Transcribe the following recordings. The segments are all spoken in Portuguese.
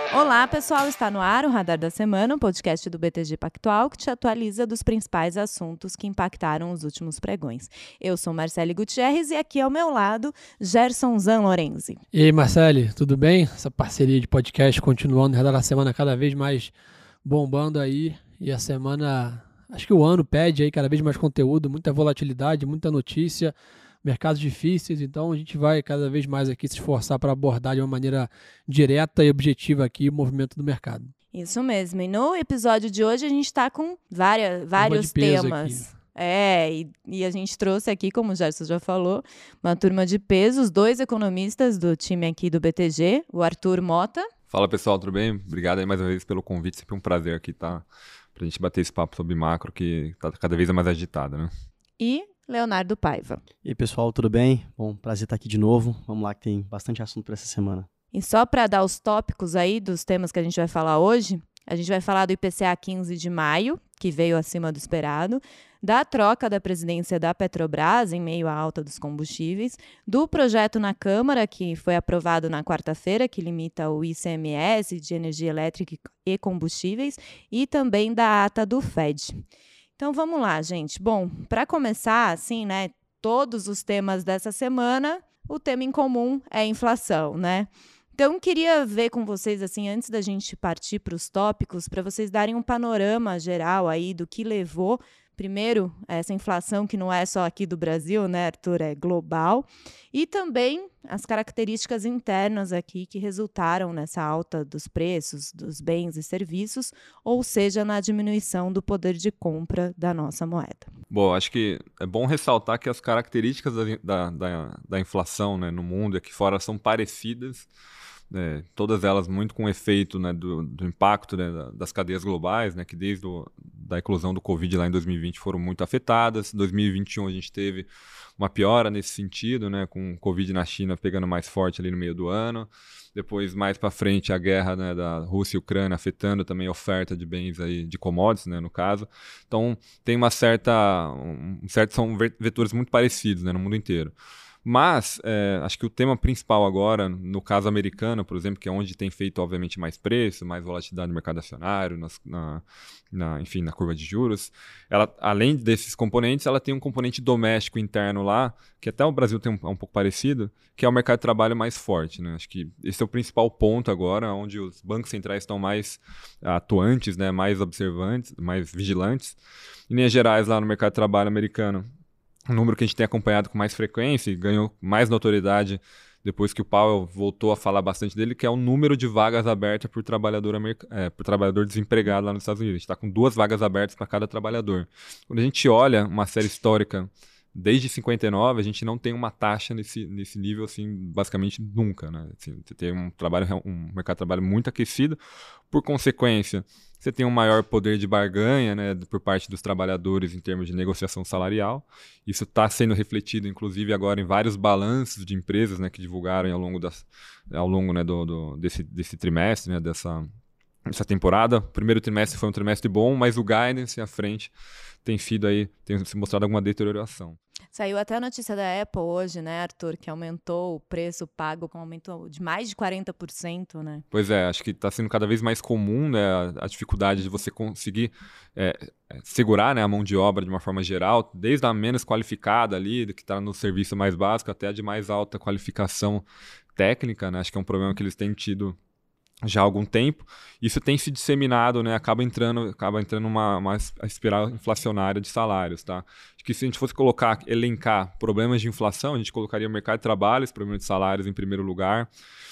Olá, pessoal, está no ar o Radar da Semana, um podcast do BTG Pactual que te atualiza dos principais assuntos que impactaram os últimos pregões. Eu sou Marcele Gutierrez e aqui ao meu lado, Gerson Zanlorenzi. E aí, Marcele, tudo bem? Essa parceria de podcast continuando, Radar da Semana cada vez mais bombando aí, e a semana, acho que o ano pede aí cada vez mais conteúdo, muita volatilidade, muita notícia, mercados difíceis, então a gente vai cada vez mais aqui se esforçar para abordar de uma maneira direta e objetiva aqui o movimento do mercado. Isso mesmo, e no episódio de hoje a gente está com vários temas. E a gente trouxe aqui, como o Gerson já falou, uma turma de peso, os dois economistas do time aqui do BTG, o Arthur Mota. Fala pessoal, tudo bem? Obrigado aí mais uma vez pelo convite, sempre um prazer aqui pra gente bater esse papo sobre macro que tá cada vez mais agitado, né? E Leonardo Paiva. E aí, pessoal, tudo bem? Bom, prazer estar aqui de novo. Vamos lá que tem bastante assunto para essa semana. E só para dar os tópicos aí dos temas que a gente vai falar hoje, a gente vai falar do IPCA 15 de maio, que veio acima do esperado, da troca da presidência da Petrobras em meio à alta dos combustíveis, do projeto na Câmara, que foi aprovado na quarta-feira, que limita o ICMS de energia elétrica e combustíveis, e também da ata do FED. Então vamos lá, gente. Bom, para começar, assim, né, todos os temas dessa semana, o tema em comum é a inflação, né? Então, queria ver com vocês, assim, antes da gente partir para os tópicos, para vocês darem um panorama geral aí do que levou, primeiro, essa inflação que não é só aqui do Brasil, né, Arthur, é global, e também as características internas aqui que resultaram nessa alta dos preços dos bens e serviços, ou seja, na diminuição do poder de compra da nossa moeda. Bom, acho que é bom ressaltar que as características da inflação, né, no mundo e aqui fora são parecidas, todas elas muito com o efeito, né, do impacto, né, das cadeias globais, né, que desde da eclosão do Covid lá em 2020 foram muito afetadas. Em 2021 a gente teve uma piora nesse sentido, né, com o Covid na China pegando mais forte ali no meio do ano. Depois, mais para frente, a guerra, né, da Rússia e Ucrânia afetando também a oferta de bens aí, de commodities, né, no caso. Então, tem são vetores muito parecidos, né, no mundo inteiro. Mas, acho que o tema principal agora, no caso americano, por exemplo, que é onde tem feito, obviamente, mais preço, mais volatilidade no mercado acionário, enfim, na curva de juros, ela, além desses componentes, ela tem um componente doméstico interno lá, que até o Brasil tem um pouco parecido, que é o mercado de trabalho mais forte, né? Acho que esse é o principal ponto agora, onde os bancos centrais estão mais atuantes, né? Mais observantes, mais vigilantes. Em linhas gerais, lá no mercado de trabalho americano, um número que a gente tem acompanhado com mais frequência e ganhou mais notoriedade depois que o Powell voltou a falar bastante dele, que é o número de vagas abertas por trabalhador desempregado lá nos Estados Unidos. A gente está com 2 vagas abertas para cada trabalhador. Quando a gente olha uma série histórica desde 59, a gente não tem uma taxa nesse nível, assim, basicamente nunca, né? Assim, você tem um mercado de trabalho muito aquecido, por consequência, você tem um maior poder de barganha, né, por parte dos trabalhadores em termos de negociação salarial. Isso está sendo refletido, inclusive, agora em vários balanços de empresas, né, que divulgaram ao longo né, desse trimestre, né, dessa temporada. O primeiro trimestre foi um trimestre bom, mas o guidance à frente tem se mostrado alguma deterioração. Saiu até a notícia da Apple hoje, né, Arthur, que aumentou o preço pago com um aumento de mais de 40%, né? Pois é, acho que está sendo cada vez mais comum, né, a dificuldade de você conseguir segurar, né, a mão de obra de uma forma geral, desde a menos qualificada ali, que está no serviço mais básico, até a de mais alta qualificação técnica, né? Acho que é um problema que eles têm tido já há algum tempo. Isso tem se disseminado, né? Acaba entrando uma espiral inflacionária de salários, tá? Acho que se a gente fosse elencar problemas de inflação, a gente colocaria o mercado de trabalho, esse problema de salários em primeiro lugar,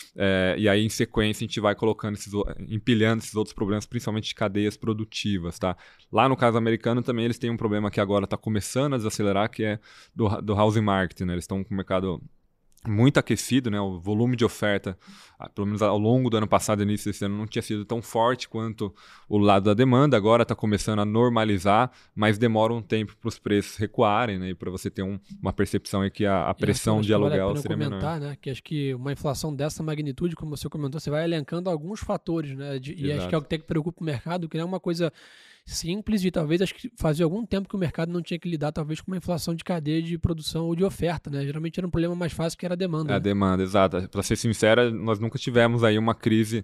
e aí em sequência a gente vai empilhando esses outros problemas, principalmente de cadeias produtivas, tá? Lá no caso americano também eles têm um problema que agora está começando a desacelerar, que é do housing market, né? Eles estão com o mercado muito aquecido, né? O volume de oferta, pelo menos ao longo do ano passado e início desse ano, não tinha sido tão forte quanto o lado da demanda. Agora está começando a normalizar, mas demora um tempo para os preços recuarem, né? E para você ter uma percepção aí que a pressão de aluguel seria menor. Né? Que acho que uma inflação dessa magnitude, como você comentou, você vai elencando alguns fatores, né? E acho que é o que tem que preocupar o mercado, que não é uma coisa simples e talvez acho que fazia algum tempo que o mercado não tinha que lidar talvez com uma inflação de cadeia de produção ou de oferta, né? Geralmente era um problema mais fácil que era a demanda. A demanda, exato. Para ser sincera, nós nunca tivemos aí uma crise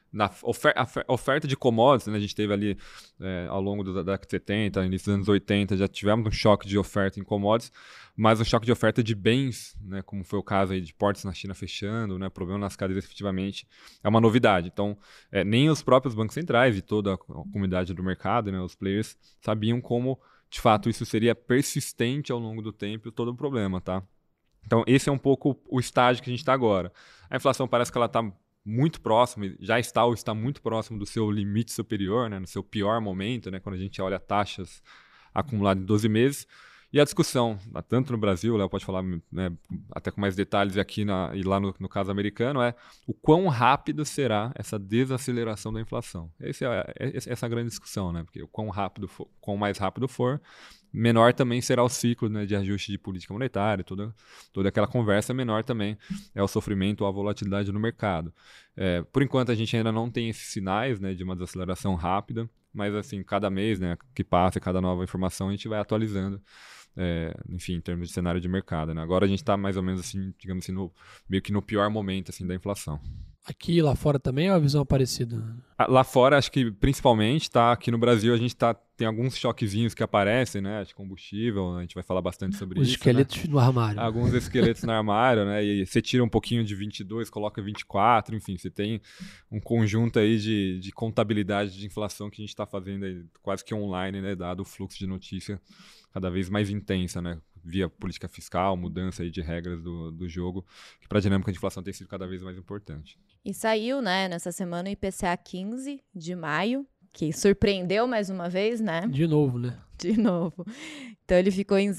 na oferta de commodities, né, a gente teve ali ao longo da década de 70, início dos anos 80, já tivemos um choque de oferta em commodities, mas um choque de oferta de bens, né, como foi o caso aí de portos na China fechando, né, problema nas cadeias efetivamente, é uma novidade. Então, nem os próprios bancos centrais e toda a comunidade do mercado, né, os players, sabiam como, de fato, isso seria persistente ao longo do tempo, todo o problema, tá? Então, esse é um pouco o estágio que a gente está agora. A inflação parece que ela está muito próximo, já está ou está muito próximo do seu limite superior, né, no seu pior momento, né, quando a gente olha taxas acumuladas em 12 meses. E a discussão, tanto no Brasil, o Léo pode falar, né, até com mais detalhes aqui e lá no caso americano, é o quão rápido será essa desaceleração da inflação. Essa é a grande discussão, né? Porque o quão mais rápido for, menor também será o ciclo, né, de ajuste de política monetária, toda aquela conversa, menor também é o sofrimento ou a volatilidade no mercado. Por enquanto, a gente ainda não tem esses sinais, né, de uma desaceleração rápida, mas assim, cada mês, né, que passa, cada nova informação, a gente vai atualizando. Enfim, em termos de cenário de mercado, né? Agora a gente está mais ou menos assim, digamos assim, meio que no pior momento assim, da inflação. Aqui e lá fora também é uma visão parecida? Lá fora, acho que principalmente, tá? Aqui no Brasil a gente tem alguns choquezinhos que aparecem, né? De combustível, a gente vai falar bastante sobre isso. Os esqueletos, né, no armário. Alguns esqueletos no armário, né? E você tira um pouquinho de 22, coloca 24, enfim, você tem um conjunto aí de contabilidade de inflação que a gente está fazendo aí quase que online, né? Dado o fluxo de notícia cada vez mais intensa, né? Via política fiscal, mudança aí de regras do jogo, que para a dinâmica de inflação tem sido cada vez mais importante. E saiu, né, nessa semana o IPCA 15 de maio, que surpreendeu mais uma vez, né? De novo, né? De novo. Então, ele ficou em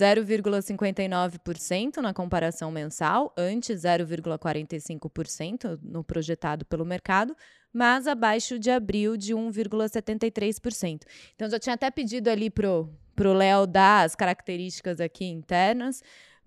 0,59% na comparação mensal, antes 0,45% no projetado pelo mercado, mas abaixo de abril de 1,73%. Então, já tinha até pedido ali pro Léo dar as características aqui internas,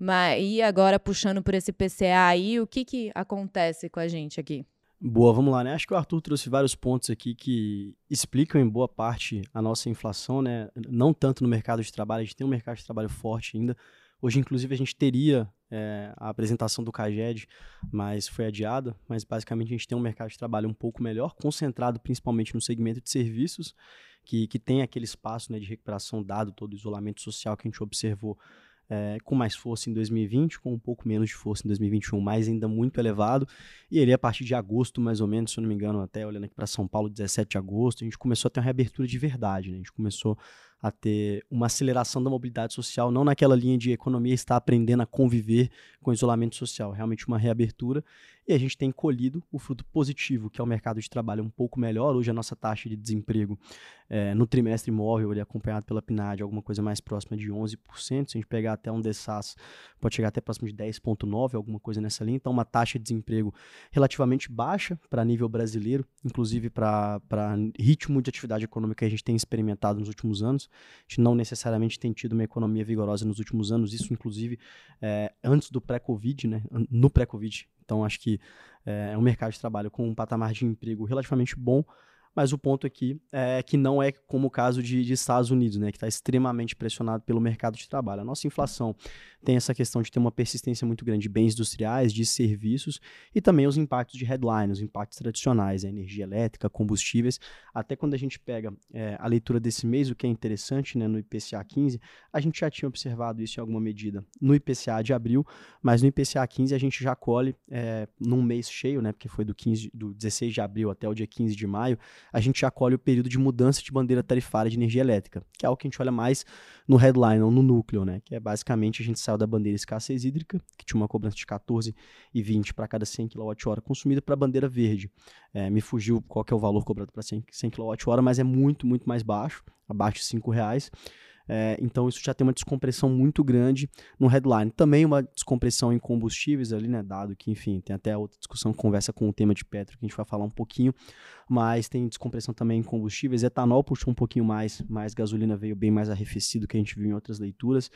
e agora puxando por esse IPCA aí, o que acontece com a gente aqui? Boa, vamos lá, né? Acho que o Arthur trouxe vários pontos aqui que explicam em boa parte a nossa inflação, né? Não tanto no mercado de trabalho, a gente tem um mercado de trabalho forte ainda. Hoje, inclusive, a gente teria a apresentação do CAGED, mas foi adiada. Mas, basicamente, a gente tem um mercado de trabalho um pouco melhor, concentrado principalmente no segmento de serviços, que tem aquele espaço, né, de recuperação dado todo o isolamento social que a gente observou com mais força em 2020, com um pouco menos de força em 2021, mas ainda muito elevado. E ele, a partir de agosto, mais ou menos, se eu não me engano, até olhando aqui para São Paulo, 17 de agosto, a gente começou a ter uma reabertura de verdade, né? A gente começou a ter uma aceleração da mobilidade social, não naquela linha de economia está aprendendo a conviver com o isolamento social, realmente uma reabertura, e a gente tem colhido o fruto positivo, que é o mercado de trabalho um pouco melhor. Hoje a nossa taxa de desemprego no trimestre móvel, ele é acompanhado pela PNAD, alguma coisa mais próxima de 11%, se a gente pegar até um DSAS, pode chegar até próximo de 10,9%, alguma coisa nessa linha, então uma taxa de desemprego relativamente baixa para nível brasileiro, inclusive para ritmo de atividade econômica que a gente tem experimentado nos últimos anos. A gente não necessariamente tem tido uma economia vigorosa nos últimos anos, isso inclusive antes do pré-Covid, né? No pré-Covid. Então acho que é um mercado de trabalho com um patamar de emprego relativamente bom, mas o ponto aqui é que não é como o caso de Estados Unidos, né, que está extremamente pressionado pelo mercado de trabalho. A nossa inflação tem essa questão de ter uma persistência muito grande de bens industriais, de serviços e também os impactos de headline, os impactos tradicionais, a energia elétrica, combustíveis. Até quando a gente pega a leitura desse mês, o que é interessante, né, no IPCA 15, a gente já tinha observado isso em alguma medida no IPCA de abril, mas no IPCA 15 a gente já colhe num mês cheio, né, porque foi do 16 de abril até o dia 15 de maio, a gente já colhe o período de mudança de bandeira tarifária de energia elétrica, que é algo que a gente olha mais no headline ou no núcleo, né? Que é basicamente a gente saiu da bandeira escassez hídrica, que tinha uma cobrança de 14,20 para cada 100 kWh consumida, para a bandeira verde. Me fugiu qual que é o valor cobrado para 100 kWh, mas é muito, muito mais baixo, abaixo de R$5. Então isso já tem uma descompressão muito grande no headline. Também uma descompressão em combustíveis ali, né, dado que, enfim, tem até outra discussão, conversa com o tema de petro, que a gente vai falar um pouquinho, mas tem descompressão também em combustíveis. Etanol puxou um pouquinho mais gasolina veio bem mais arrefecido que a gente viu em outras leituras,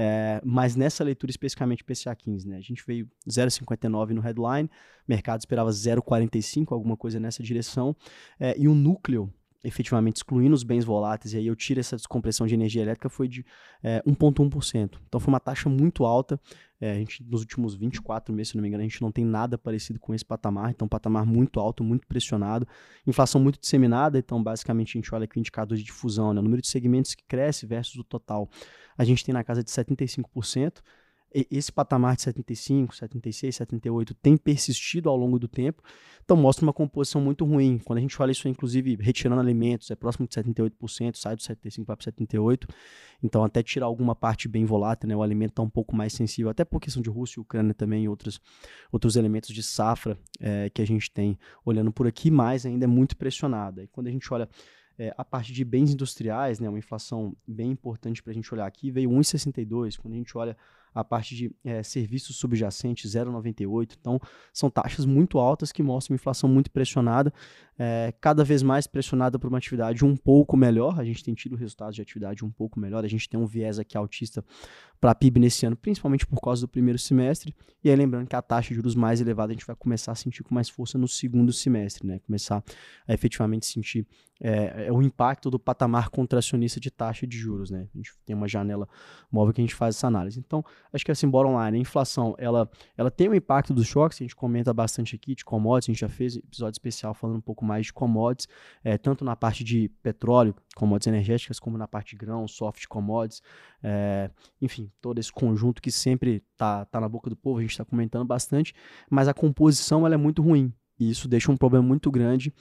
mas nessa leitura especificamente IPCA 15, né, a gente veio 0,59 no headline, o mercado esperava 0,45, alguma coisa nessa direção, e o núcleo efetivamente excluindo os bens voláteis, e aí eu tiro essa descompressão de energia elétrica, foi de 1,1%. Então foi uma taxa muito alta. A gente, nos últimos 24 meses, se não me engano, a gente não tem nada parecido com esse patamar. Então, patamar muito alto, muito pressionado. Inflação muito disseminada. Então, basicamente, a gente olha aqui o indicador de difusão, né? O número de segmentos que cresce versus o total. A gente tem na casa de 75%. Esse patamar de 75, 76, 78 tem persistido ao longo do tempo, então mostra uma composição muito ruim. Quando a gente olha isso, inclusive, retirando alimentos, é próximo de 78%, sai do 75% para 78%, então até tirar alguma parte bem volátil, né, o alimento está um pouco mais sensível, até por questão de Rússia e Ucrânia também, e outros elementos de safra que a gente tem olhando por aqui, mas ainda é muito pressionada. E quando a gente olha a parte de bens industriais, né, uma inflação bem importante para a gente olhar aqui, veio 1,62%. Quando a gente olha a parte de serviços subjacentes, 0,98%. Então, são taxas muito altas que mostram uma inflação muito pressionada, cada vez mais pressionada por uma atividade um pouco melhor. A gente tem tido resultados de atividade um pouco melhor. A gente tem um viés aqui altista para a PIB nesse ano, principalmente por causa do primeiro semestre. E aí, lembrando que a taxa de juros mais elevada a gente vai começar a sentir com mais força no segundo semestre, né? Começar a efetivamente sentir o impacto do patamar contracionista de taxa de juros, né? A gente tem uma janela móvel que a gente faz essa análise. Então, acho que assim, bottom line, a inflação, ela tem um impacto dos choques, a gente comenta bastante aqui de commodities, a gente já fez episódio especial falando um pouco mais de commodities, tanto na parte de petróleo, commodities energéticas, como na parte de grão, soft commodities, enfim, todo esse conjunto que sempre tá na boca do povo, a gente está comentando bastante, mas a composição ela é muito ruim, e isso deixa um problema muito grande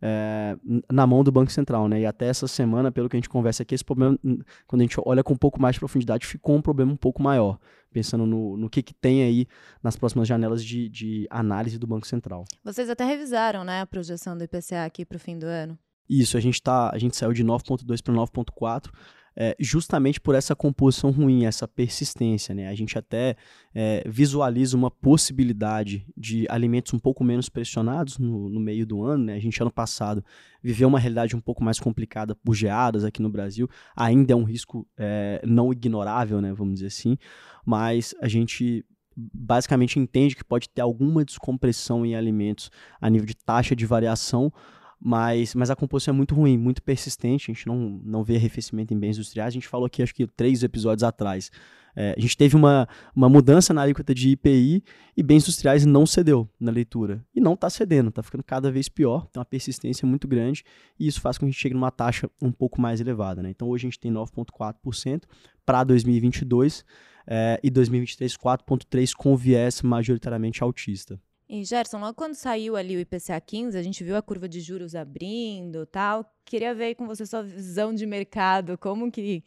na mão do Banco Central, né? E até essa semana, pelo que a gente conversa aqui, esse problema, quando a gente olha com um pouco mais de profundidade, ficou um problema um pouco maior, pensando no que tem aí nas próximas janelas de análise do Banco Central. Vocês até revisaram, né, a projeção do IPCA aqui para o fim do ano? Isso, a gente saiu de 9,2 para 9,4, justamente por essa composição ruim, essa persistência, né? A gente até visualiza uma possibilidade de alimentos um pouco menos pressionados no meio do ano, né? A gente, ano passado, viveu uma realidade um pouco mais complicada por geadas aqui no Brasil, ainda é um risco não ignorável, né? Vamos dizer assim, mas a gente basicamente entende que pode ter alguma descompressão em alimentos a nível de taxa de variação, mas a composição é muito ruim, muito persistente, a gente não vê arrefecimento em bens industriais. A gente falou aqui, acho que 3 episódios atrás, a gente teve uma mudança na alíquota de IPI e bens industriais não cedeu na leitura. E não está cedendo, está ficando cada vez pior, tem uma persistência muito grande e isso faz com que a gente chegue numa taxa um pouco mais elevada, né? Então hoje a gente tem 9,4% para 2022 e 2023 4,3% com viés majoritariamente altista. E, Gerson, logo quando saiu ali o IPCA 15, a gente viu a curva de juros abrindo e tal. Queria ver com você sua visão de mercado, como que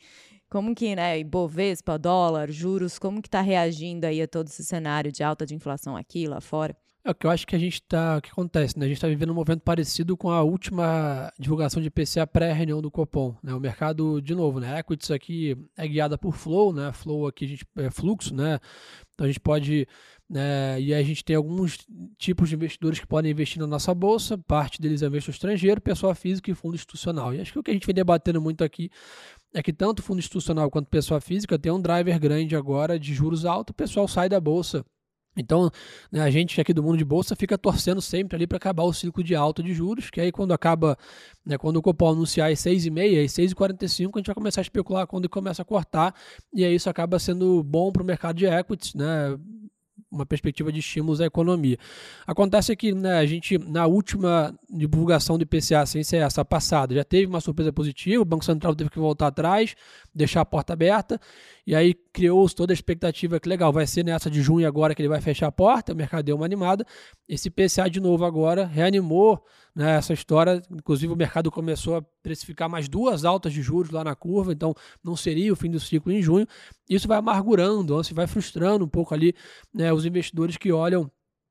né, Ibovespa, dólar, juros, como que está reagindo aí a todo esse cenário de alta de inflação aqui, lá fora? O que eu acho que o que acontece, né? A gente está vivendo um movimento parecido com a última divulgação de IPCA pré-reunião do Copom, né? O mercado, de novo, né? Equities aqui é guiada por flow, né? Flow aqui é fluxo, né? Então a gente pode, né? E aí a gente tem alguns tipos de investidores que podem investir na nossa bolsa, parte deles é investimento estrangeiro, pessoa física e fundo institucional. E acho que o que a gente vem debatendo muito aqui é que tanto fundo institucional quanto pessoa física tem um driver grande agora de juros altos, o pessoal sai da bolsa. Então, né, a gente aqui do mundo de bolsa fica torcendo sempre ali para acabar o ciclo de alta de juros, que aí quando acaba, né, quando o Copom anunciar às 6,5, às 6,45, a gente vai começar a especular quando começa a cortar, e aí isso acaba sendo bom para o mercado de equities, né, uma perspectiva de estímulos à economia. Acontece que, né, a gente, na última divulgação do IPCA, sem ser essa passada, já teve uma surpresa positiva, o Banco Central teve que voltar atrás, deixar a porta aberta, e aí criou-se toda a expectativa que, legal, vai ser nessa de junho agora que ele vai fechar a porta, o mercado deu uma animada, esse IPCA de novo agora reanimou, né, essa história, inclusive o mercado começou a precificar mais 2 altas de juros lá na curva, então não seria o fim do ciclo em junho, isso vai amargurando, vai frustrando um pouco ali, né, os investidores que olham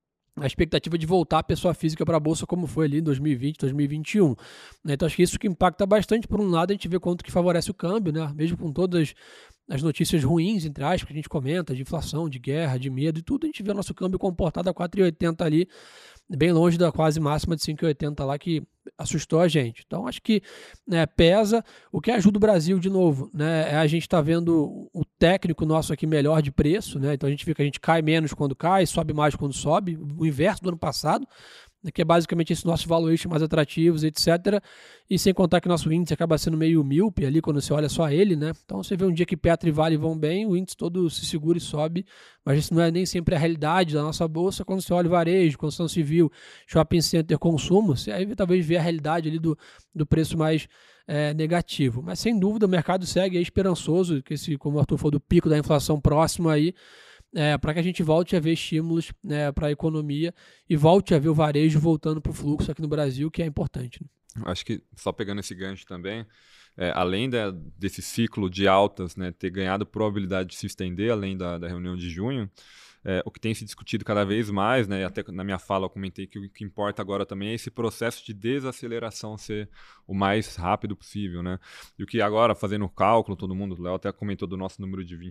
a expectativa de voltar a pessoa física para a bolsa como foi ali em 2020, 2021. Então acho que isso que impacta bastante. Por um lado, a gente vê quanto que favorece o câmbio, né? Mesmo com todas as notícias ruins, entre aspas, que a gente comenta, de inflação, de guerra, de medo e tudo, a gente vê o nosso câmbio comportado a 4,80 ali, bem longe da quase máxima de 5,80 lá, que assustou a gente. Então, acho que, né, pesa. O que ajuda o Brasil, de novo, né, a gente está vendo o técnico nosso aqui melhor de preço, né? Então, a gente cai menos quando cai, sobe mais quando sobe, o inverso do ano passado. que é basicamente esses nossos valuation mais atrativos, etc. E sem contar que nosso índice acaba sendo meio míope ali quando você olha só ele, né? Então você vê um dia que Petro e Vale vão bem, o índice todo se segura e sobe, mas isso não é nem sempre a realidade da nossa bolsa. Quando você olha o varejo, construção civil, shopping center, consumo, você aí talvez vê a realidade ali do preço mais negativo. Mas sem dúvida o mercado segue aí esperançoso, que esse, como o Arthur falou, do pico da inflação próximo aí, para que a gente volte a ver estímulos, né, para a economia e volte a ver o varejo voltando para o fluxo aqui no Brasil, que é importante. Né? Acho que, só pegando esse gancho também, além desse ciclo de altas, né, ter ganhado probabilidade de se estender, além da reunião de junho, o que tem se discutido cada vez mais, né, e até na minha fala eu comentei que o que importa agora também é esse processo de desaceleração ser o mais rápido possível, né? E o que agora, fazendo o cálculo, todo mundo, o Léo até comentou do nosso número de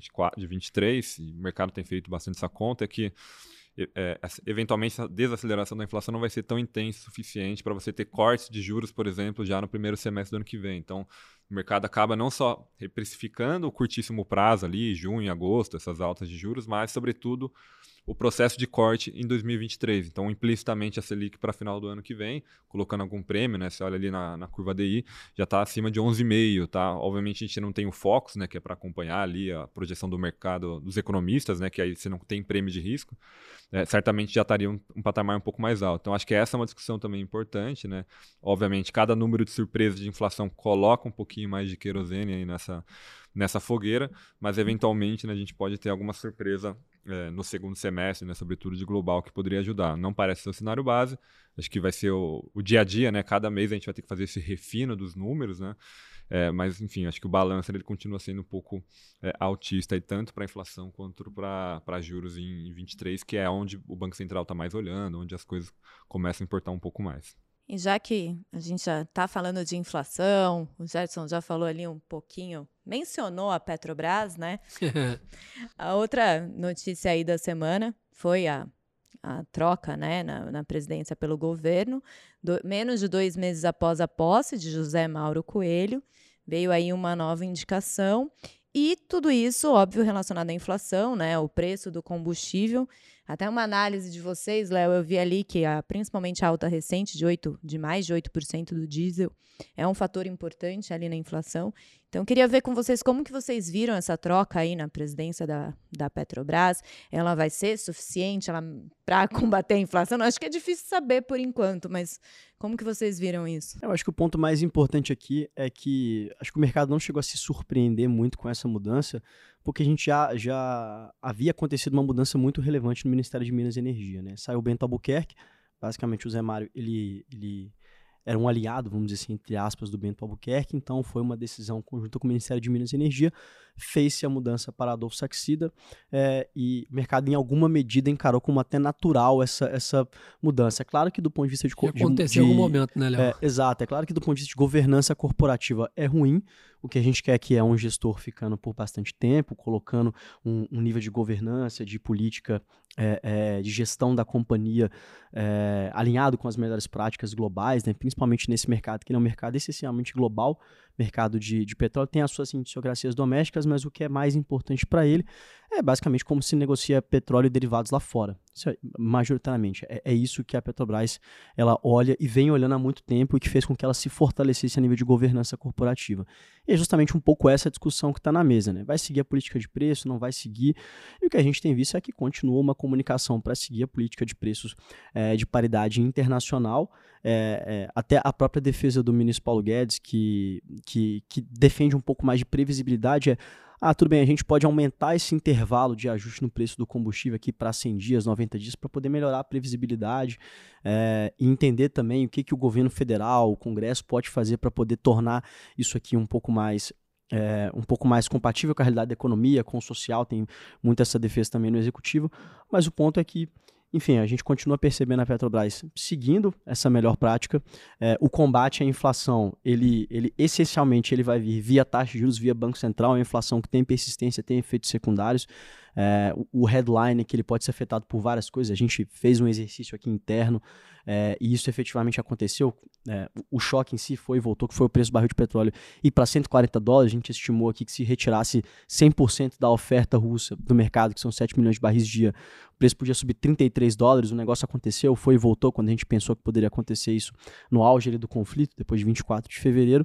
23, e o mercado tem feito bastante essa conta, é que eventualmente a desaceleração da inflação não vai ser tão intensa o suficiente para você ter cortes de juros, por exemplo, já no primeiro semestre do ano que vem. Então, o mercado acaba não só reprecificando o curtíssimo prazo ali, junho e agosto, essas altas de juros, mas, sobretudo, o processo de corte em 2023. Então, implicitamente, a Selic para final do ano que vem, colocando algum prêmio, né? Você olha ali na curva DI, já está acima de 11,5, tá? Obviamente, a gente não tem o Focus, né? Que é para acompanhar ali a projeção do mercado dos economistas, né? Que aí você não tem prêmio de risco. Certamente já estaria um patamar um pouco mais alto. Então, acho que essa é uma discussão também importante, né? Obviamente, cada número de surpresa de inflação coloca um pouquinho mais de querosene aí nessa fogueira, mas eventualmente, né, a gente pode ter alguma surpresa no segundo semestre, né, sobretudo de global, que poderia ajudar. Não parece ser o cenário base, acho que vai ser o dia a dia, né? Cada mês a gente vai ter que fazer esse refino dos números, né? Mas, enfim, acho que o balanço ele continua sendo um pouco altista, aí, tanto para a inflação quanto para juros em 23, que é onde o Banco Central está mais olhando, onde as coisas começam a importar um pouco mais. E já que a gente já está falando de inflação, o Gerson já falou ali um pouquinho, mencionou a Petrobras, né? A outra notícia aí da semana foi a troca, né, na presidência pelo governo. Menos de 2 meses após a posse de José Mauro Coelho, veio aí uma nova indicação. E tudo isso, óbvio, relacionado à inflação, né, o preço do combustível. Até uma análise de vocês, Léo, eu vi ali que principalmente a alta recente de mais de 8% do diesel é um fator importante ali na inflação. Então, queria ver com vocês como que vocês viram essa troca aí na presidência da Petrobras. Ela vai ser suficiente para combater a inflação? Eu acho que é difícil saber por enquanto, mas como que vocês viram isso? Eu acho que o ponto mais importante aqui é que acho que o mercado não chegou a se surpreender muito com essa mudança, porque a gente já havia acontecido uma mudança muito relevante no Ministério de Minas e Energia, né? Saiu o Bento Albuquerque, basicamente o Zé Mário, ele era um aliado, vamos dizer assim, entre aspas, do Bento Albuquerque, então foi uma decisão conjunta com o Ministério de Minas e Energia, fez-se a mudança para Adolfo Saxida, e o mercado em alguma medida encarou como até natural essa mudança. É claro que do ponto de vista de... Aconteceu em algum momento, né, Léo? Exato, é claro que do ponto de vista de governança corporativa é ruim. O que a gente quer aqui é um gestor ficando por bastante tempo, colocando um nível de governança, de política, de gestão da companhia alinhado com as melhores práticas globais, né? Principalmente nesse mercado, que é um mercado essencialmente global, mercado de petróleo, tem as suas idiosincrasias domésticas, mas o que é mais importante para ele é basicamente como se negocia petróleo e derivados lá fora. Isso majoritariamente. É isso que a Petrobras ela olha e vem olhando há muito tempo e que fez com que ela se fortalecesse a nível de governança corporativa. E é justamente um pouco essa discussão que está na mesa, né? Vai seguir a política de preço, não vai seguir? E o que a gente tem visto é que continua uma comunicação para seguir a política de preços de paridade internacional. Até a própria defesa do ministro Paulo Guedes, que defende um pouco mais de previsibilidade, tudo bem, a gente pode aumentar esse intervalo de ajuste no preço do combustível aqui para 100 dias, 90 dias, para poder melhorar a previsibilidade e entender também o que o governo federal, o Congresso pode fazer para poder tornar isso aqui um pouco mais compatível com a realidade da economia, com o social, tem muito essa defesa também no executivo, mas o ponto é que, enfim, a gente continua percebendo a Petrobras seguindo essa melhor prática. O combate à inflação, ele essencialmente ele vai vir via taxa de juros, via Banco Central, a inflação que tem persistência, tem efeitos secundários. o headline que ele pode ser afetado por várias coisas. A gente fez um exercício aqui interno e isso efetivamente aconteceu. O choque em si voltou, que foi o preço do barril de petróleo ir para $140. A gente estimou aqui que se retirasse 100% da oferta russa do mercado, que são 7 milhões de barris dia, o preço podia subir $33. O negócio aconteceu, foi e voltou quando a gente pensou que poderia acontecer isso no auge ali do conflito, depois de 24 de fevereiro.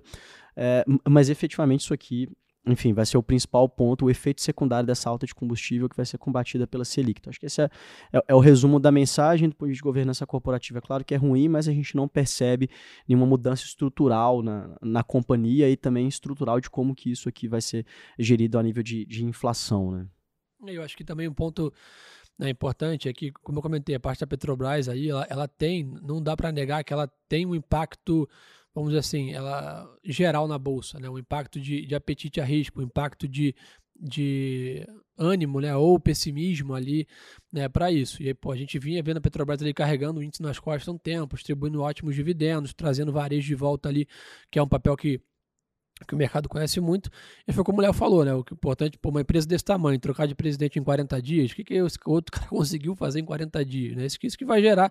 Mas efetivamente isso aqui, enfim, vai ser o principal ponto, o efeito secundário dessa alta de combustível que vai ser combatida pela Selic. Então, acho que esse é o resumo da mensagem do ponto de vista de governança corporativa. É claro que é ruim, mas a gente não percebe nenhuma mudança estrutural na companhia e também estrutural de como que isso aqui vai ser gerido a nível de inflação, né? Eu acho que também um ponto importante é que, como eu comentei, a parte da Petrobras aí, ela tem, não dá para negar que ela tem um impacto, vamos dizer assim, ela geral na bolsa, né? Um impacto de apetite a risco, um impacto de ânimo, né? Ou pessimismo ali, né? Para isso. E aí, a gente vinha vendo a Petrobras ali carregando o índice nas costas há um tempo, distribuindo ótimos dividendos, trazendo varejo de volta ali, que é um papel que o mercado conhece muito, e foi como o Léo falou, né? O que é importante, uma empresa desse tamanho, trocar de presidente em 40 dias, o que esse outro cara conseguiu fazer em 40 dias? Né? Isso que vai gera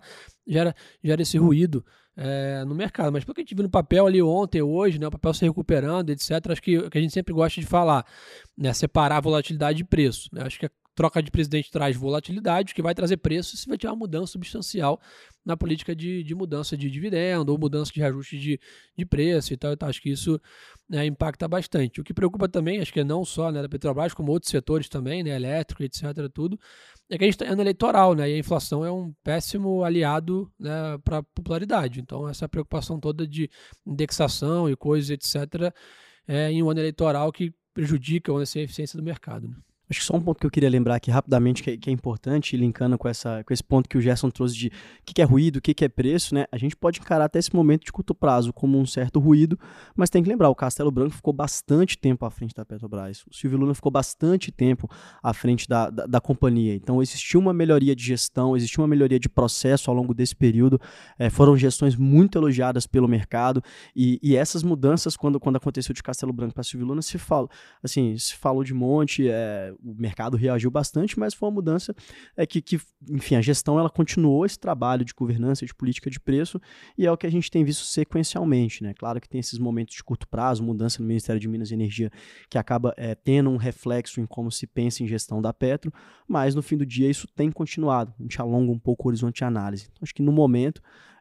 esse ruído no mercado. Mas pelo que a gente viu no papel ali ontem, hoje, né? O papel se recuperando, etc., acho que o que a gente sempre gosta de falar, né? Separar a volatilidade de preço. Né? Acho que a troca de presidente traz volatilidade, o que vai trazer preço se vai ter uma mudança substancial na política de mudança de dividendo ou mudança de reajuste de preço e tal. Então, acho que isso impacta bastante. O que preocupa também, acho que não só, né, da Petrobras, como outros setores também, né, elétrico, etc., tudo, é que a gente está ano eleitoral, né, e a inflação é um péssimo aliado, né, para a popularidade. Então, essa preocupação toda de indexação e coisas, etc., em um ano eleitoral que prejudica a eficiência do mercado, né? Acho que só um ponto que eu queria lembrar aqui rapidamente, que é importante, linkando com esse ponto que o Gerson trouxe de o que é ruído, o que é preço, né? A gente pode encarar até esse momento de curto prazo como um certo ruído, mas tem que lembrar, o Castelo Branco ficou bastante tempo à frente da Petrobras, o Silvio Luna ficou bastante tempo à frente da companhia. Então, existiu uma melhoria de gestão, existiu uma melhoria de processo ao longo desse período, foram gestões muito elogiadas pelo mercado, e essas mudanças, quando aconteceu de Castelo Branco para Silvio Luna, se falou de monte, o mercado reagiu bastante, mas foi uma mudança que, enfim, a gestão ela continuou esse trabalho de governança, de política de preço, e é o que a gente tem visto sequencialmente, né? Claro que tem esses momentos de curto prazo, mudança no Ministério de Minas e Energia, que acaba tendo um reflexo em como se pensa em gestão da Petro, mas no fim do dia isso tem continuado, a gente alonga um pouco o horizonte de análise. Então, acho que no momento,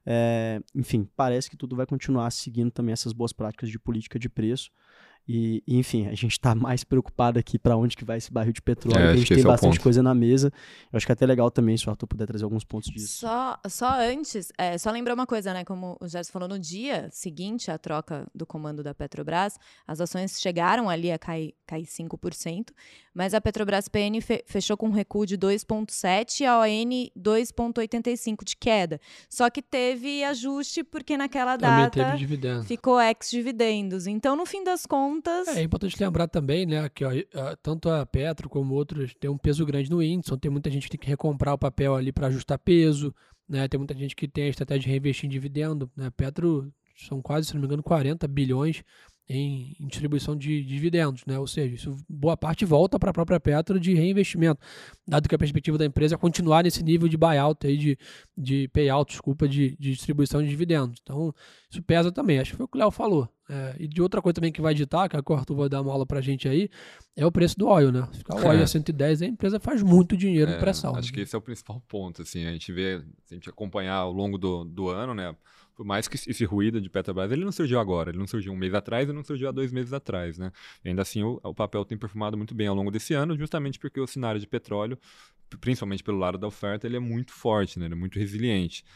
enfim, parece que tudo vai continuar seguindo também essas boas práticas de política de preço. E, enfim, a gente está mais preocupado aqui para onde que vai esse barril de petróleo, a gente tem bastante coisa na mesa. Eu acho que é até legal também se o Arthur puder trazer alguns pontos disso. Só antes, só lembrar uma coisa, né? Como o Gerson falou, no dia seguinte à troca do comando da Petrobras, as ações chegaram ali a cair 5%, mas a Petrobras PN fechou com um recuo de 2,7% e a ON 2,85% de queda. Só que teve ajuste porque naquela data ficou ex-dividendos. Então, no fim das contas... É importante lembrar também, né, que tanto a Petro como outros têm um peso grande no índice, então tem muita gente que tem que recomprar o papel ali para ajustar peso, né, tem muita gente que tem a estratégia de reinvestir em dividendo, né, Petro são quase, se não me engano, 40 bilhões em distribuição de dividendos, né? Ou seja, isso, boa parte volta para a própria Petro de reinvestimento, dado que a perspectiva da empresa é continuar nesse nível de buyout, aí de payout, de distribuição de dividendos. Então, isso pesa também, acho que foi o que o Léo falou. E de outra coisa também que vai ditar, que a Arthur vai dar uma aula para a gente aí, é o preço do óleo, né? Se ficar o óleo a 110, a empresa faz muito dinheiro no pré-sal. Acho que esse é o principal ponto, assim, a gente acompanhar ao longo do ano, né? Por mais que esse ruído de Petrobras, ele não surgiu agora, ele não surgiu um mês atrás, ele não surgiu há 2 meses atrás, né? E ainda assim, o papel tem performado muito bem ao longo desse ano, justamente porque o cenário de petróleo, principalmente pelo lado da oferta, ele é muito forte, né? Ele é muito resiliente.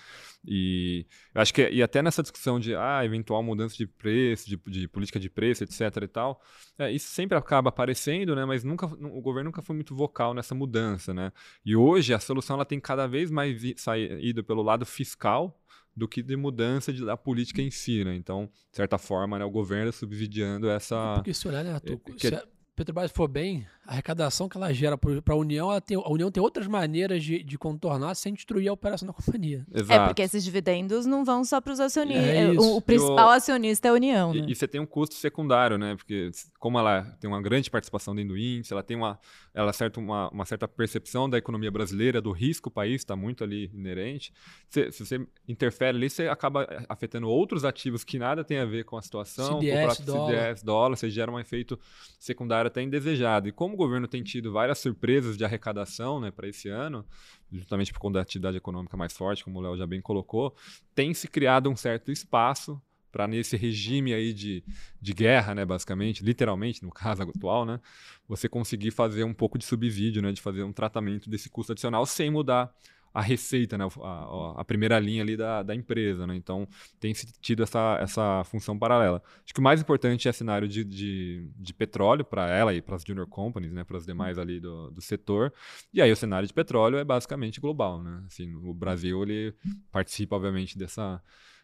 E eu acho que e até nessa discussão de eventual mudança de preço, de política de preço, etc. e tal, isso sempre acaba aparecendo, né? Mas o governo nunca foi muito vocal nessa mudança, né? E hoje a solução ela tem cada vez mais ido pelo lado fiscal do que de mudança da política em si, né? Então, de certa forma, né, o governo subsidiando essa... Porque se olhar, né, Arthur, Petrobras for bem, a arrecadação que ela gera para a União, a União tem outras maneiras de contornar sem destruir a operação da companhia. Exato. Porque esses dividendos não vão só para os acionistas. isso. O principal acionista é a União, né? E você tem um custo secundário, né? Porque como ela tem uma grande participação dentro do índice, ela acerta uma certa percepção da economia brasileira, do risco o país, está muito ali inerente. Se você interfere ali, você acaba afetando outros ativos que nada tem a ver com a situação, CDS, o próprio dólar. CDS, dólar, você gera um efeito secundário até indesejado. E como o governo tem tido várias surpresas de arrecadação, né, para esse ano, justamente por conta da atividade econômica mais forte, como o Léo já bem colocou, tem se criado um certo espaço para, nesse regime aí de guerra, né, basicamente, literalmente, no caso atual, né, você conseguir fazer um pouco de subsídio, né, de fazer um tratamento desse custo adicional sem mudar a receita, né, a primeira linha ali da empresa, né? Então tem tido essa função paralela. Acho que o mais importante é cenário de petróleo para ela e para as junior companies, né, para as demais ali do setor. E aí o cenário de petróleo é basicamente global, né? Assim, o Brasil ele participa obviamente dessa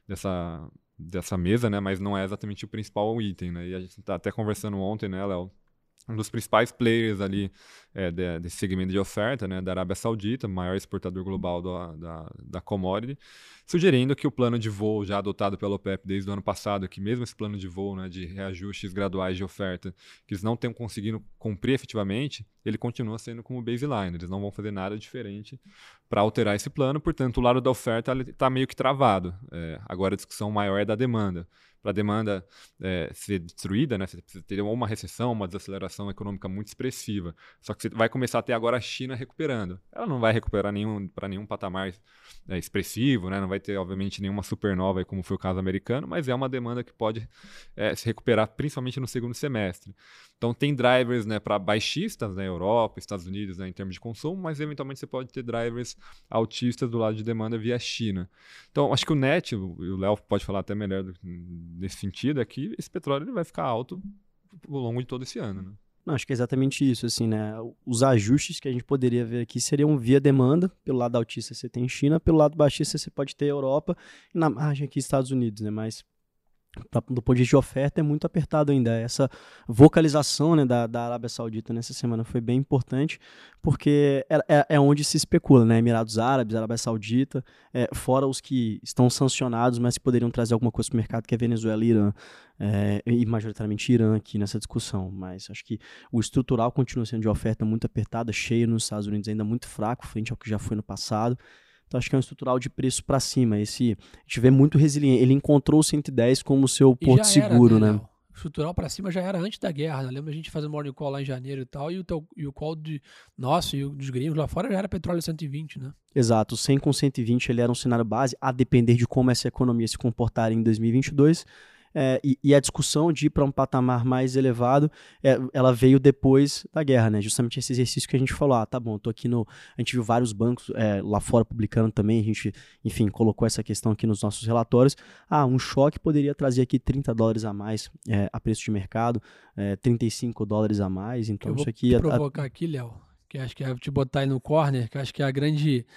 mesa, né, mas não é exatamente o principal item, né? E a gente está até conversando ontem, né, Léo? Um dos principais players ali desse segmento de oferta, né, da Arábia Saudita, maior exportador global da commodity, sugerindo que o plano de voo já adotado pela OPEP desde o ano passado, que mesmo esse plano de voo, né, de reajustes graduais de oferta, que eles não tenham conseguido cumprir efetivamente, ele continua sendo como baseline, eles não vão fazer nada diferente para alterar esse plano, portanto o lado da oferta está meio que travado. Agora a discussão maior é da demanda. Para a demanda ser destruída, né, você precisa ter uma recessão, uma desaceleração econômica muito expressiva. Só que você vai começar a ter agora a China recuperando. Ela não vai recuperar para nenhum patamar expressivo, né, não vai ter, obviamente, nenhuma supernova, aí, como foi o caso americano, mas é uma demanda que pode se recuperar principalmente no segundo semestre. Então tem drivers, né, para baixistas, né, Europa, Estados Unidos, né, em termos de consumo, mas eventualmente você pode ter drivers altistas do lado de demanda via China. Então acho que o net, o Léo pode falar até melhor nesse sentido, é que esse petróleo ele vai ficar alto ao longo de todo esse ano, né? Não, acho que é exatamente isso, assim, né? Os ajustes que a gente poderia ver aqui seriam via demanda. Pelo lado altista você tem China, pelo lado baixista você pode ter Europa e na margem aqui Estados Unidos, né? Mas do ponto de vista de oferta é muito apertado ainda. Essa vocalização, né, da Arábia Saudita nessa semana foi bem importante, porque é onde se especula, né? Emirados Árabes, Arábia Saudita, fora os que estão sancionados, mas que poderiam trazer alguma coisa para o mercado, que é Venezuela e Irã, e majoritariamente Irã aqui nessa discussão. Mas acho que o estrutural continua sendo de oferta muito apertada, cheio nos Estados Unidos, ainda muito fraco, frente ao que já foi no passado. Então acho que é um estrutural de preço para cima. A gente vê muito resiliente. Ele encontrou o 110 como seu porto seguro, né? O estrutural para cima já era antes da guerra, né? Lembra a gente fazendo morning call lá em janeiro e tal, e o call nosso e dos gringos lá fora já era petróleo 120, né? Exato, 100 com 120 ele era um cenário base, a depender de como essa economia se comportar em 2022. E a discussão de ir para um patamar mais elevado, ela veio depois da guerra, né? Justamente esse exercício que a gente falou, tá bom, tô aqui a gente viu vários bancos lá fora publicando também, a gente, enfim, colocou essa questão aqui nos nossos relatórios. Um choque poderia trazer aqui $30 a mais a preço de mercado, $35 a mais, então eu isso aqui... Eu vou provocar aqui, Léo, que acho que é te botar aí no corner, que acho que é a grande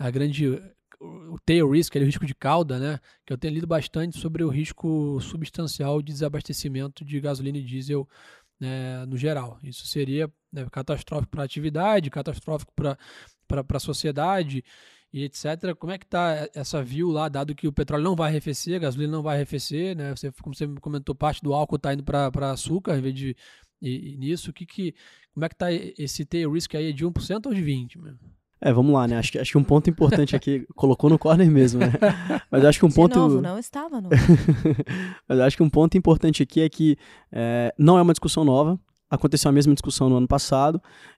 o tail risk, o risco de cauda, né? Que eu tenho lido bastante sobre o risco substancial de desabastecimento de gasolina e diesel, né, no geral. Isso seria, né, catastrófico para a atividade, catastrófico para a sociedade e etc. Como é que está essa view lá, dado que o petróleo não vai arrefecer, a gasolina não vai arrefecer, né? Como você comentou, parte do álcool está indo para açúcar, em vez de nisso. Como é que está esse tail risk aí, de 1% ou de 20%? Mesmo? Vamos lá, né? Acho que um ponto importante aqui, colocou no corner mesmo, né? Mas acho que De novo, não estava no... Mas acho que um ponto importante aqui é que não é uma discussão nova, aconteceu a mesma discussão no ano passado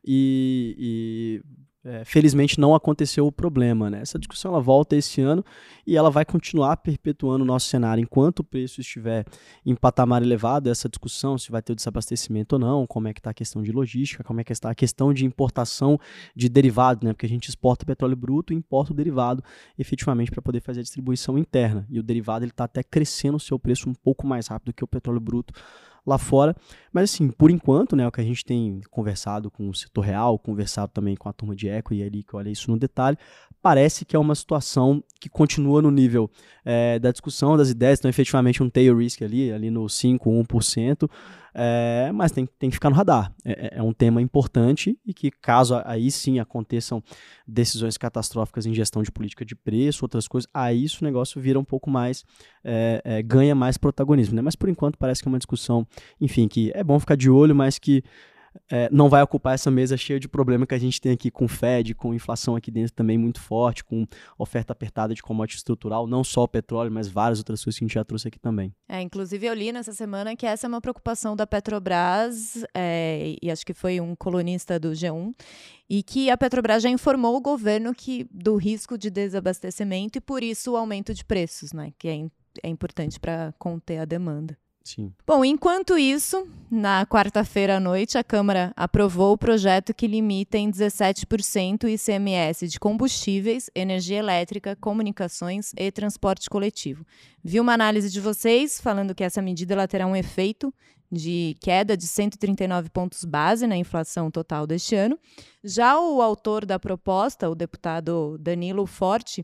e felizmente não aconteceu o problema, né? Essa discussão ela volta esse ano e ela vai continuar perpetuando o nosso cenário enquanto o preço estiver em patamar elevado. Essa discussão, se vai ter o desabastecimento ou não, como é que está a questão de logística, como é que está a questão de importação de derivado, né? Porque a gente exporta petróleo bruto e importa o derivado efetivamente para poder fazer a distribuição interna, e o derivado ele está até crescendo o seu preço um pouco mais rápido que o petróleo bruto lá fora. Mas assim, por enquanto, né, o que a gente tem conversado com o setor real, conversado também com a turma de equity ali, que olha isso no detalhe, parece que é uma situação que continua no nível da discussão das ideias, então efetivamente um tail risk ali no 5, 1%, mas tem que ficar no radar. É um tema importante e que, caso aí sim aconteçam decisões catastróficas em gestão de política de preço, outras coisas, aí isso o negócio vira um pouco mais, ganha mais protagonismo, né? Mas por enquanto parece que é uma discussão, enfim, que é bom ficar de olho, mas que não vai ocupar essa mesa cheia de problema que a gente tem aqui com o Fed, com inflação aqui dentro também muito forte, com oferta apertada de commodity estrutural, não só o petróleo, mas várias outras coisas que a gente já trouxe aqui também. Inclusive eu li nessa semana que essa é uma preocupação da Petrobras, e acho que foi um colunista do G1, e que a Petrobras já informou o governo do risco de desabastecimento e por isso o aumento de preços, né, que é importante para conter a demanda. Sim. Bom, enquanto isso, na quarta-feira à noite, a Câmara aprovou o projeto que limita em 17% o ICMS de combustíveis, energia elétrica, comunicações e transporte coletivo. Vi uma análise de vocês falando que essa medida ela terá um efeito de queda de 139 pontos base na inflação total deste ano. Já o autor da proposta, o deputado Danilo Forte,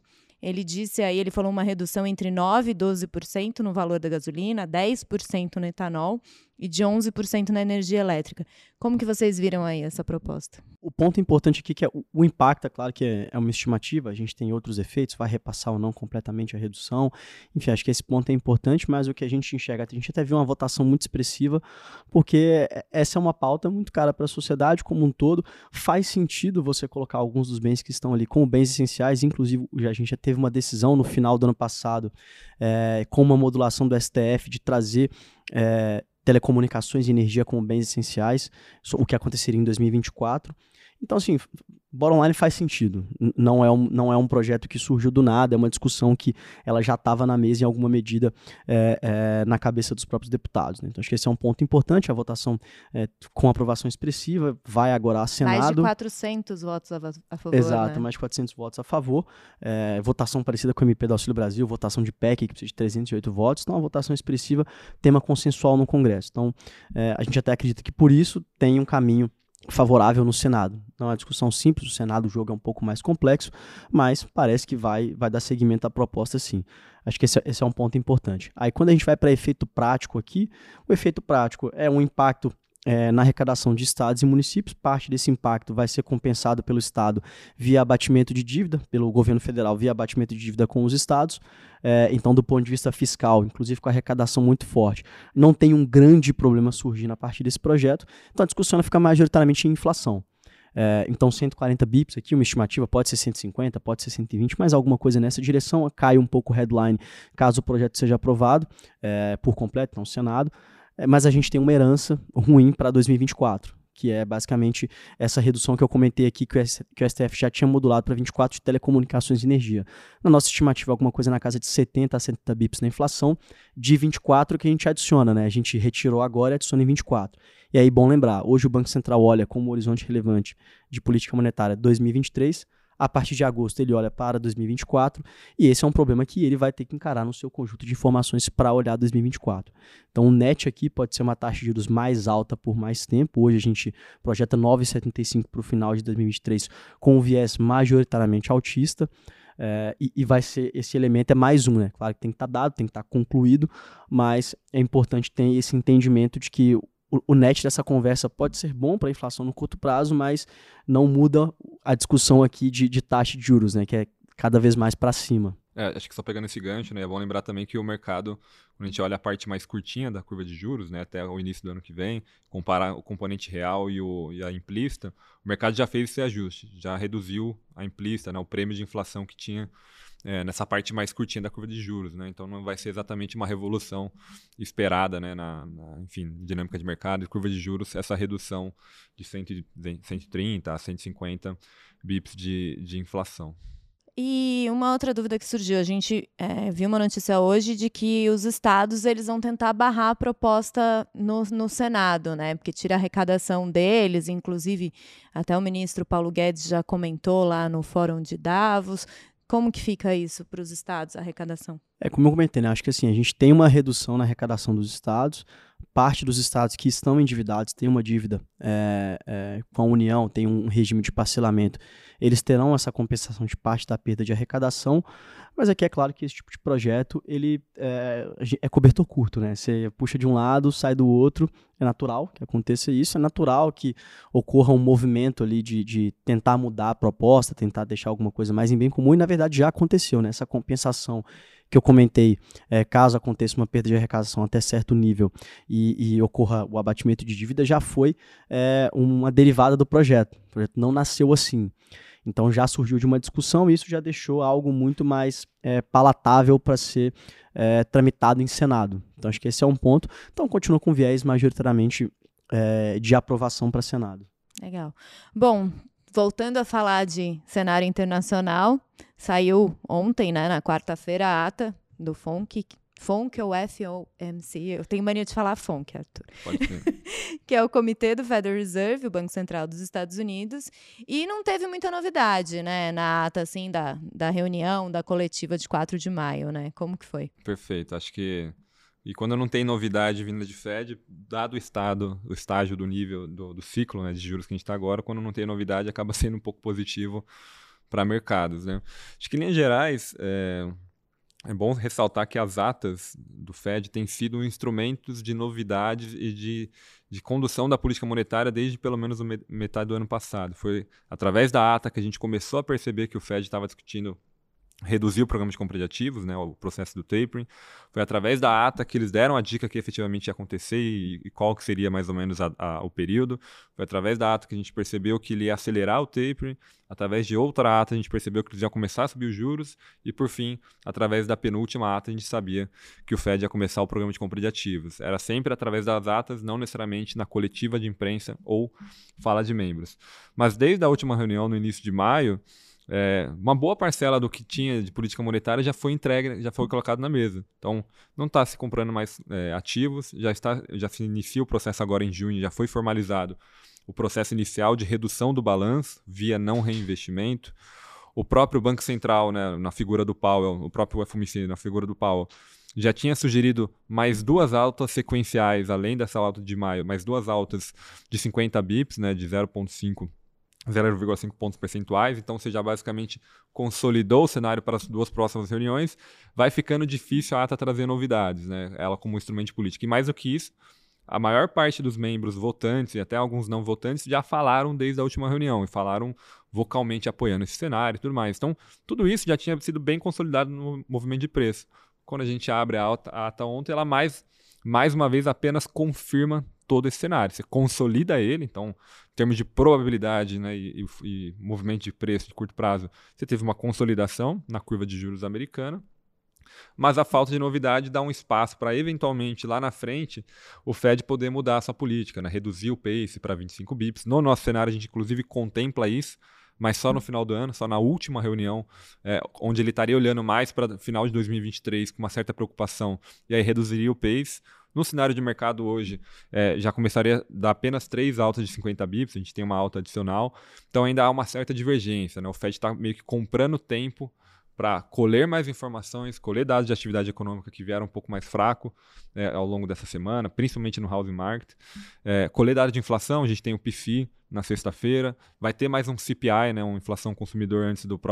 ele falou uma redução entre 9% e 12% no valor da gasolina, 10% no etanol e de 11% na energia elétrica. Como que vocês viram aí essa proposta? O ponto importante aqui que é o impacto, é claro que é uma estimativa, a gente tem outros efeitos, vai repassar ou não completamente a redução. Enfim, acho que esse ponto é importante, mas o que a gente enxerga, a gente até viu uma votação muito expressiva, porque essa é uma pauta muito cara para a sociedade como um todo. Faz sentido você colocar alguns dos bens que estão ali como bens essenciais, inclusive a gente já teve uma decisão no final do ano passado, com uma modulação do STF de trazer telecomunicações e energia como bens essenciais, o que aconteceria em 2024. Então, assim, bottom line faz sentido. Não é um projeto que surgiu do nada, é uma discussão que ela já estava na mesa em alguma medida na cabeça dos próprios deputados, né? Então, acho que esse é um ponto importante. A votação com aprovação expressiva vai agora a Senado. Mais de 400 votos a favor, Exato, né? mais de 400 votos a favor. Votação parecida com o MP do Auxílio Brasil, votação de PEC, que precisa de 308 votos. Então, a votação expressiva, tema consensual no Congresso. Então, a gente até acredita que, por isso, tem um caminho favorável no Senado. Não é uma discussão simples, o Senado, o jogo é um pouco mais complexo, mas parece que vai dar seguimento à proposta sim. Acho que esse é um ponto importante. Aí quando a gente vai para efeito prático aqui, o efeito prático é um impacto na arrecadação de estados e municípios. Parte desse impacto vai ser compensado pelo Estado via abatimento de dívida, pelo governo federal via abatimento de dívida com os estados. Então, do ponto de vista fiscal, inclusive com a arrecadação muito forte, não tem um grande problema surgindo a partir desse projeto. Então, a discussão fica majoritariamente em inflação. Então, 140 bips aqui, uma estimativa, pode ser 150, pode ser 120, mas alguma coisa nessa direção. Cai um pouco o headline caso o projeto seja aprovado por completo, no Senado. Mas a gente tem uma herança ruim para 2024, que é basicamente essa redução que eu comentei aqui, que o STF já tinha modulado para 24 de telecomunicações e energia. Na nossa estimativa, alguma coisa na casa de 70 a 70 bips na inflação, de 24 que a gente adiciona, né? A gente retirou agora e adiciona em 24. E aí, bom lembrar, hoje o Banco Central olha como horizonte relevante de política monetária 2023, a partir de agosto ele olha para 2024, e esse é um problema que ele vai ter que encarar no seu conjunto de informações para olhar 2024. Então o net aqui pode ser uma taxa de juros mais alta por mais tempo. Hoje a gente projeta 9,75 para o final de 2023 com um viés majoritariamente altista, e vai ser, esse elemento é mais um, né? Claro que tem que estar dado, tem que estar concluído, mas é importante ter esse entendimento de que o net dessa conversa pode ser bom para a inflação no curto prazo, mas não muda a discussão aqui de taxa de juros, né, que é cada vez mais para cima. Acho que só pegando esse gancho, né, é bom lembrar também que o mercado, quando a gente olha a parte mais curtinha da curva de juros, né, até o início do ano que vem, comparar o componente real e a implícita, o mercado já fez esse ajuste, já reduziu a implícita, né, o prêmio de inflação que tinha nessa parte mais curtinha da curva de juros, né? Então não vai ser exatamente uma revolução esperada, né, enfim, dinâmica de mercado e curva de juros, essa redução de 130 a 150 bips de inflação. E uma outra dúvida que surgiu, a gente viu uma notícia hoje de que os estados eles vão tentar barrar a proposta no Senado, né? Porque tira a arrecadação deles, inclusive até o ministro Paulo Guedes já comentou lá no Fórum de Davos. Como que fica isso para os estados, a arrecadação? Como eu comentei, né? Acho que assim, a gente tem uma redução na arrecadação dos estados. Parte dos estados que estão endividados tem uma dívida com a União, tem um regime de parcelamento. Eles terão essa compensação de parte da perda de arrecadação, mas aqui é claro que esse tipo de projeto ele é cobertor curto, né? Você puxa de um lado, sai do outro, é natural que aconteça isso, é natural que ocorra um movimento ali de tentar mudar a proposta, tentar deixar alguma coisa mais em bem comum, e na verdade já aconteceu, né? Essa compensação que eu comentei, caso aconteça uma perda de arrecadação até certo nível e ocorra o abatimento de dívida, já foi uma derivada do projeto. O projeto não nasceu assim. Então já surgiu de uma discussão e isso já deixou algo muito mais palatável para ser tramitado em Senado. Então acho que esse é um ponto. Então continua com viés majoritariamente de aprovação para Senado. Legal. Bom, voltando a falar de cenário internacional, saiu ontem, né, na quarta-feira, a ata do FONC ou FOMC, eu tenho mania de falar FONC, Arthur. Pode ser. Que é o Comitê do Federal Reserve, o Banco Central dos Estados Unidos, e não teve muita novidade, né, na ata, assim, da reunião, da coletiva de 4 de maio, né? Como que foi? Perfeito, acho que... E quando não tem novidade vinda de Fed, dado o estágio do nível do ciclo, né, de juros que a gente está agora, quando não tem novidade acaba sendo um pouco positivo para mercados, né? Acho que em linhas gerais é bom ressaltar que as atas do Fed têm sido instrumentos de novidades e de condução da política monetária desde pelo menos a metade do ano passado. Foi através da ata que a gente começou a perceber que o Fed estava discutindo reduzir o programa de compra de ativos, né, o processo do tapering. Foi através da ata que eles deram a dica que efetivamente ia acontecer e qual que seria mais ou menos o período. Foi através da ata que a gente percebeu que ele ia acelerar o tapering. Através de outra ata a gente percebeu que eles iam começar a subir os juros. E por fim, através da penúltima ata a gente sabia que o Fed ia começar o programa de compra de ativos. Era sempre através das atas, não necessariamente na coletiva de imprensa ou fala de membros. Mas desde a última reunião no início de maio, uma boa parcela do que tinha de política monetária já foi entregue, já foi colocado na mesa. Então, não está se comprando mais ativos, já se inicia o processo agora em junho, já foi formalizado o processo inicial de redução do balanço via não reinvestimento. O próprio Banco Central, né, na figura do Powell, o próprio FOMC na figura do Powell, já tinha sugerido mais 2 altas sequenciais, além dessa alta de maio, mais 2 altas de 50 bips, né, de 0,5 pontos percentuais, então você já basicamente consolidou o cenário para as 2 próximas reuniões, vai ficando difícil a ata trazer novidades, né? Ela como instrumento de política. E mais do que isso, a maior parte dos membros votantes e até alguns não votantes já falaram desde a última reunião e falaram vocalmente apoiando esse cenário e tudo mais. Então, tudo isso já tinha sido bem consolidado no movimento de preço. Quando a gente abre a ata ontem, ela mais uma vez apenas confirma todo esse cenário. Você consolida ele, então, em termos de probabilidade, né, e movimento de preço de curto prazo, você teve uma consolidação na curva de juros americana, mas a falta de novidade dá um espaço para, eventualmente, lá na frente, o Fed poder mudar a sua política, né, reduzir o pace para 25 bips. No nosso cenário, a gente, inclusive, contempla isso, mas só no final do ano, só na última reunião, onde ele estaria olhando mais para o final de 2023 com uma certa preocupação, e aí reduziria o pace. No cenário de mercado hoje, já começaria a dar apenas 3 altas de 50 bips, a gente tem uma alta adicional, então ainda há uma certa divergência, né? O Fed está meio que comprando tempo para colher mais informações, colher dados de atividade econômica que vieram um pouco mais fraco ao longo dessa semana, principalmente no housing market. Colher dados de inflação, a gente tem o PFI na sexta-feira, vai ter mais um CPI, né, uma inflação consumidor antes da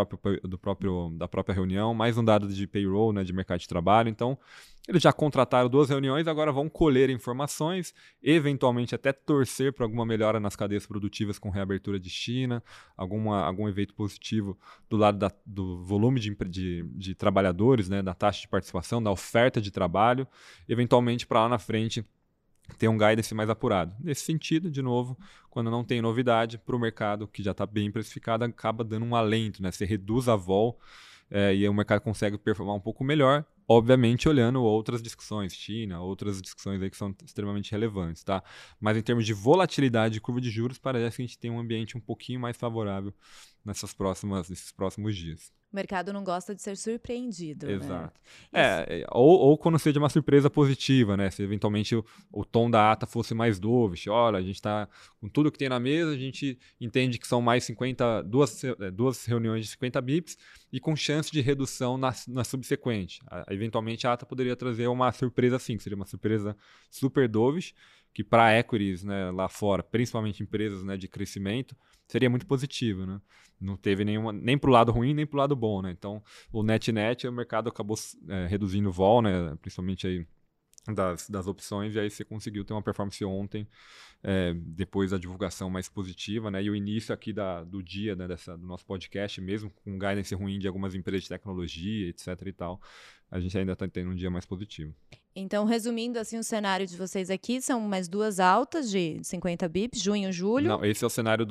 própria reunião, mais um dado de payroll, né, de mercado de trabalho. Então, eles já contrataram 2 reuniões, agora vão colher informações, eventualmente até torcer para alguma melhora nas cadeias produtivas com reabertura de China, algum evento positivo do lado do volume de trabalhadores, né, da taxa de participação, da oferta de trabalho, eventualmente para lá na frente ter um guidance mais apurado. Nesse sentido, de novo, quando não tem novidade para o mercado, que já está bem precificado, acaba dando um alento, né? Você reduz a vol e aí o mercado consegue performar um pouco melhor, obviamente olhando outras discussões, China, outras discussões aí que são extremamente relevantes, tá? Mas em termos de volatilidade de curva de juros, parece que a gente tem um ambiente um pouquinho mais favorável nesses próximos dias. O mercado não gosta de ser surpreendido. Exato. Né? Ou quando seja uma surpresa positiva, né? Se eventualmente o tom da ata fosse mais dovish, olha, a gente está com tudo que tem na mesa, a gente entende que são mais duas reuniões de 50 bips e com chance de redução na subsequente. Eventualmente a ata poderia trazer uma surpresa assim, que seria uma surpresa super dovish, que para equities, né, lá fora, principalmente empresas, né, de crescimento, seria muito positivo, né? Não teve nem para o lado ruim, nem para o lado bom, né? Então, o net, o mercado acabou reduzindo o vol, né? Principalmente aí das opções, e aí você conseguiu ter uma performance ontem, depois da divulgação mais positiva, né? E o início aqui do dia, né, do nosso podcast, mesmo com guidance ruim de algumas empresas de tecnologia, etc e tal, a gente ainda está tendo um dia mais positivo. Então, resumindo assim o cenário de vocês aqui, são mais 2 altas de 50 bips, junho, julho. Não, esse é o cenário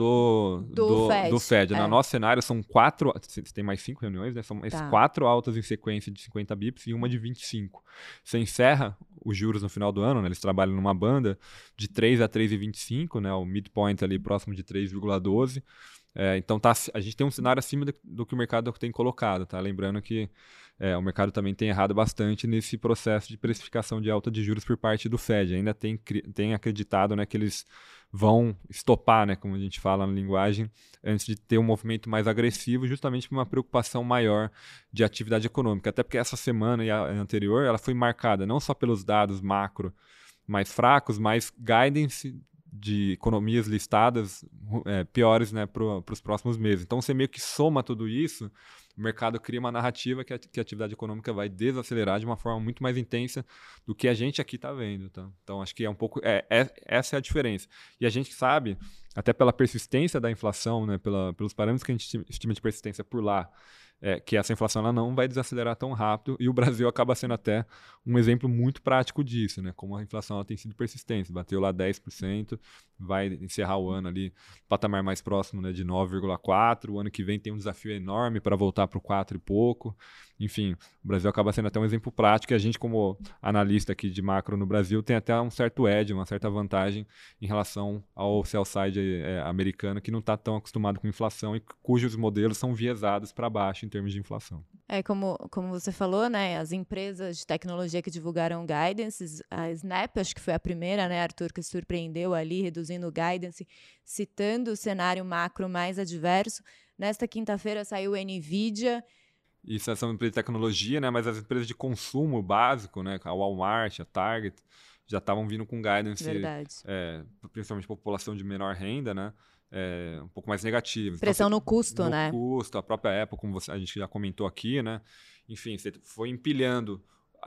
do Fed. No nosso cenário são 4, você tem mais 5 reuniões, né? São 4 altas em sequência de 50 bips e uma de 25. Você encerra os juros no final do ano, né? Eles trabalham numa banda de 3 a 3,25, né? O midpoint ali próximo de 3,12. Então a gente tem um cenário acima do que o mercado tem colocado, tá? Lembrando que o mercado também tem errado bastante nesse processo de precificação de alta de juros por parte do Fed. Ainda tem acreditado, né, que eles vão estopar, né, como a gente fala na linguagem, antes de ter um movimento mais agressivo, justamente por uma preocupação maior de atividade econômica. Até porque essa semana e a anterior ela foi marcada não só pelos dados macro mais fracos, mas guidance de economias listadas piores, né, para os próximos meses. Então você meio que soma tudo isso, o mercado cria uma narrativa que a atividade econômica vai desacelerar de uma forma muito mais intensa do que a gente aqui está vendo. Tá? Então acho que é um pouco essa é a diferença. E a gente sabe, até pela persistência da inflação, né, pelos parâmetros que a gente estima de persistência por lá, que essa inflação ela não vai desacelerar tão rápido, e o Brasil acaba sendo até um exemplo muito prático disso, né? Como a inflação ela tem sido persistente, bateu lá 10%, vai encerrar o ano ali, patamar mais próximo, né, de 9,4%, o ano que vem tem um desafio enorme para voltar para o 4 e pouco. Enfim, o Brasil acaba sendo até um exemplo prático, e a gente, como analista aqui de macro no Brasil, tem até um certo edge, uma certa vantagem em relação ao sell-side americano, que não está tão acostumado com inflação e cujos modelos são viesados para baixo em termos de inflação. Como você falou, né, as empresas de tecnologia que divulgaram guidance, a Snap, acho que foi a primeira, né, Arthur, que surpreendeu ali, reduzindo o guidance, citando o cenário macro mais adverso. Nesta quinta-feira saiu a NVIDIA. Isso são empresas de tecnologia, né, mas as empresas de consumo básico, né, a Walmart, a Target, já estavam vindo com guidance, principalmente população de menor renda, né, um pouco mais negativo. Pressão então, no custo, né? No custo, a própria Apple, como a gente já comentou aqui, né? Enfim, você foi empilhando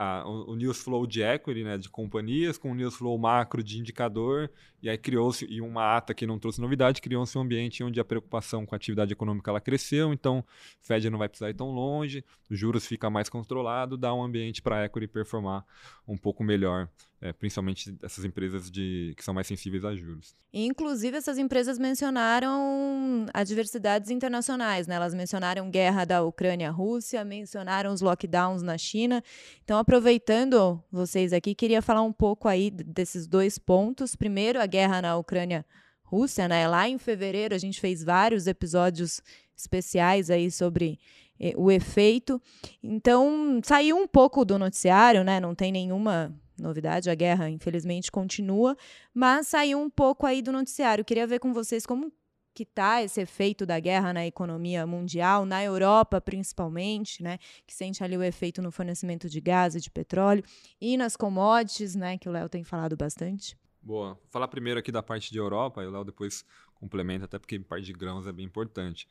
o news flow de equity, né, de companhias, com o news flow macro de indicador, e aí criou-se, e uma ata que não trouxe novidade, criou-se um ambiente onde a preocupação com a atividade econômica ela cresceu, então o Fed não vai precisar ir tão longe, os juros fica mais controlado, dá um ambiente para a equity performar um pouco melhor, principalmente essas empresas que são mais sensíveis a juros. Inclusive, essas empresas mencionaram adversidades internacionais, né? Elas mencionaram guerra da Ucrânia à Rússia, mencionaram os lockdowns na China. Então, aproveitando vocês aqui, queria falar um pouco aí desses 2 pontos. Primeiro, a guerra na Ucrânia-Rússia, né? Lá em fevereiro, a gente fez vários episódios especiais aí sobre o efeito. Então, saiu um pouco do noticiário, né? Não tem nenhuma novidade, a guerra, infelizmente, continua, mas saiu um pouco aí do noticiário. Queria ver com vocês como que está esse efeito da guerra na economia mundial, na Europa principalmente, né, que sente ali o efeito no fornecimento de gás e de petróleo, e nas commodities, né, que o Léo tem falado bastante. Boa. Vou falar primeiro aqui da parte de Europa, e o Léo depois complementa, até porque a parte de grãos é bem importante.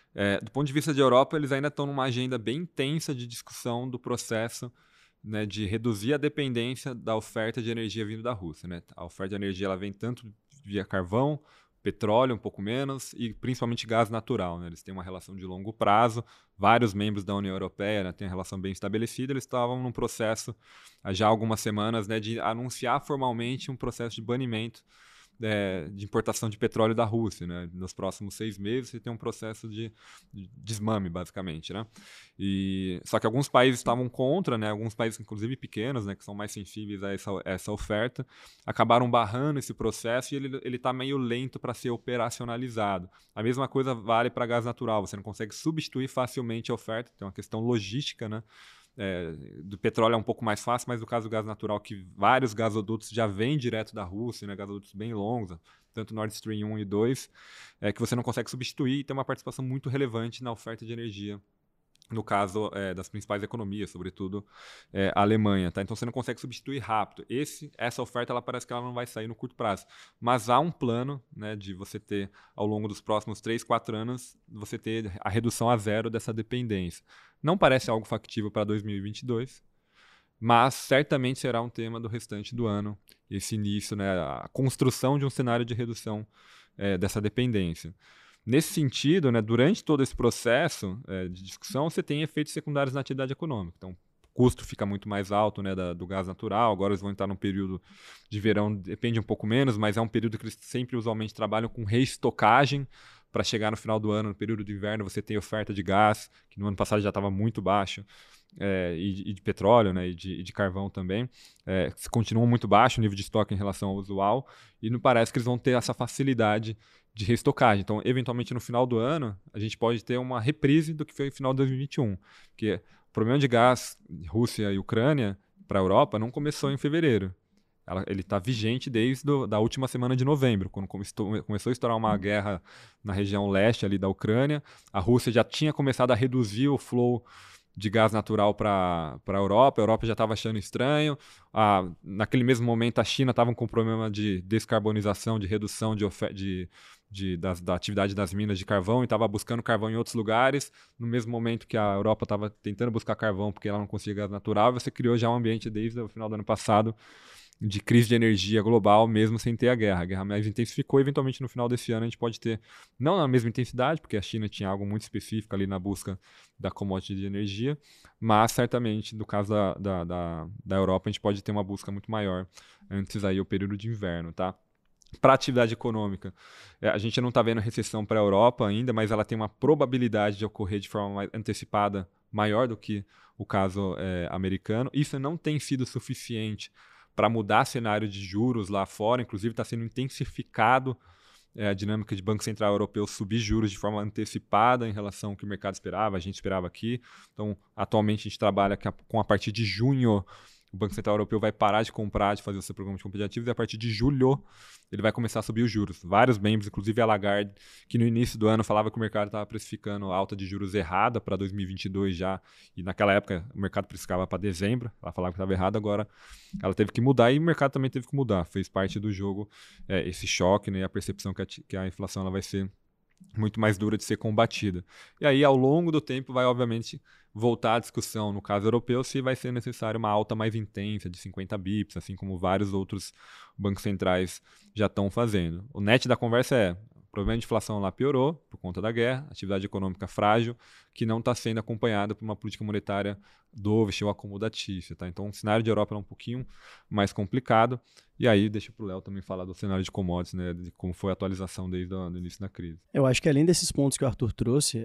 Do ponto de vista de Europa, eles ainda estão numa agenda bem intensa de discussão do processo, né, de reduzir a dependência da oferta de energia vindo da Rússia. Né? A oferta de energia ela vem tanto via carvão, petróleo, um pouco menos, e principalmente gás natural. Né? Eles têm uma relação de longo prazo, vários membros da União Europeia, né, têm uma relação bem estabelecida, eles estavam num processo, já há algumas semanas, né, de anunciar formalmente um processo de banimento de importação de petróleo da Rússia, né? Nos próximos 6 meses você tem um processo de desmame, basicamente, né? Só que alguns países estavam contra, né? Alguns países, inclusive pequenos, né? Que são mais sensíveis a essa oferta, acabaram barrando esse processo e ele está meio lento para ser operacionalizado. A mesma coisa vale para gás natural, você não consegue substituir facilmente a oferta, tem uma questão logística, né? Do petróleo é um pouco mais fácil, mas no caso do gás natural, que vários gasodutos já vêm direto da Rússia, né, gasodutos bem longos, tanto Nord Stream 1 e 2, que você não consegue substituir e tem uma participação muito relevante na oferta de energia, no caso das principais economias, sobretudo a Alemanha. Tá? Então você não consegue substituir rápido. Essa oferta ela parece que ela não vai sair no curto prazo. Mas há um plano, né, de você ter, ao longo dos próximos 3, 4 anos, você ter a redução a zero dessa dependência. Não parece algo factível para 2022, mas certamente será um tema do restante do ano, esse início, né, a construção de um cenário de redução dessa dependência. Nesse sentido, né, durante todo esse processo de discussão, você tem efeitos secundários na atividade econômica. Então, o custo fica muito mais alto, né, do gás natural. Agora eles vão entrar num período de verão, depende um pouco menos, mas é um período que eles sempre usualmente trabalham com reestocagem para chegar no final do ano, no período de inverno, você tem oferta de gás, que no ano passado já estava muito baixo, e de petróleo, né, e de carvão também. Continua muito baixo o nível de estoque em relação ao usual, e não parece que eles vão ter essa facilidade de reestocagem. Então, eventualmente, no final do ano, a gente pode ter uma reprise do que foi o final de 2021, porque o problema de gás, Rússia e Ucrânia, para a Europa, não começou em fevereiro. Ele está vigente desde a última semana de novembro, quando começou a estourar uma guerra na região leste ali da Ucrânia. A Rússia já tinha começado a reduzir o flow de gás natural para a Europa já estava achando estranho. Naquele mesmo momento, a China estava com um problema de descarbonização, de redução da atividade das minas de carvão e estava buscando carvão em outros lugares. No mesmo momento que a Europa estava tentando buscar carvão porque ela não conseguia gás natural, você criou já um ambiente desde o final do ano passado de crise de energia global, mesmo sem ter a guerra. A guerra mais intensificou, eventualmente no final desse ano a gente pode ter, não na mesma intensidade, porque a China tinha algo muito específico ali na busca da commodity de energia, mas certamente, no caso da Europa, a gente pode ter uma busca muito maior antes aí o período de inverno, tá? Para a atividade econômica, a gente não está vendo recessão para a Europa ainda, mas ela tem uma probabilidade de ocorrer de forma mais antecipada maior do que o caso americano. Isso não tem sido suficiente para mudar cenário de juros lá fora, inclusive está sendo intensificado a dinâmica de Banco Central Europeu subir juros de forma antecipada em relação ao que o mercado esperava, a gente esperava aqui. Então, atualmente a gente trabalha com a partir de junho, o Banco Central Europeu vai parar de comprar, de fazer o seu programa de compra de ativos, e a partir de julho ele vai começar a subir os juros. Vários membros, inclusive a Lagarde, que no início do ano falava que o mercado estava precificando alta de juros errada para 2022 já, e naquela época o mercado precificava para dezembro, ela falava que estava errado, agora ela teve que mudar e o mercado também teve que mudar. Fez parte do jogo esse choque, né, a percepção que a inflação ela vai ser muito mais dura de ser combatida. E aí, ao longo do tempo, vai, obviamente, voltar a discussão, no caso europeu, se vai ser necessário uma alta mais intensa, de 50 bips, assim como vários outros bancos centrais já estão fazendo. O net da conversa o problema de inflação lá piorou por conta da guerra, atividade econômica frágil, que não está sendo acompanhada por uma política monetária dovish ou acomodatícia. Tá? Então, o cenário de Europa é um pouquinho mais complicado. E aí, deixa para o Léo também falar do cenário de commodities, né, de como foi a atualização desde o início da crise. Eu acho que além desses pontos que o Arthur trouxe,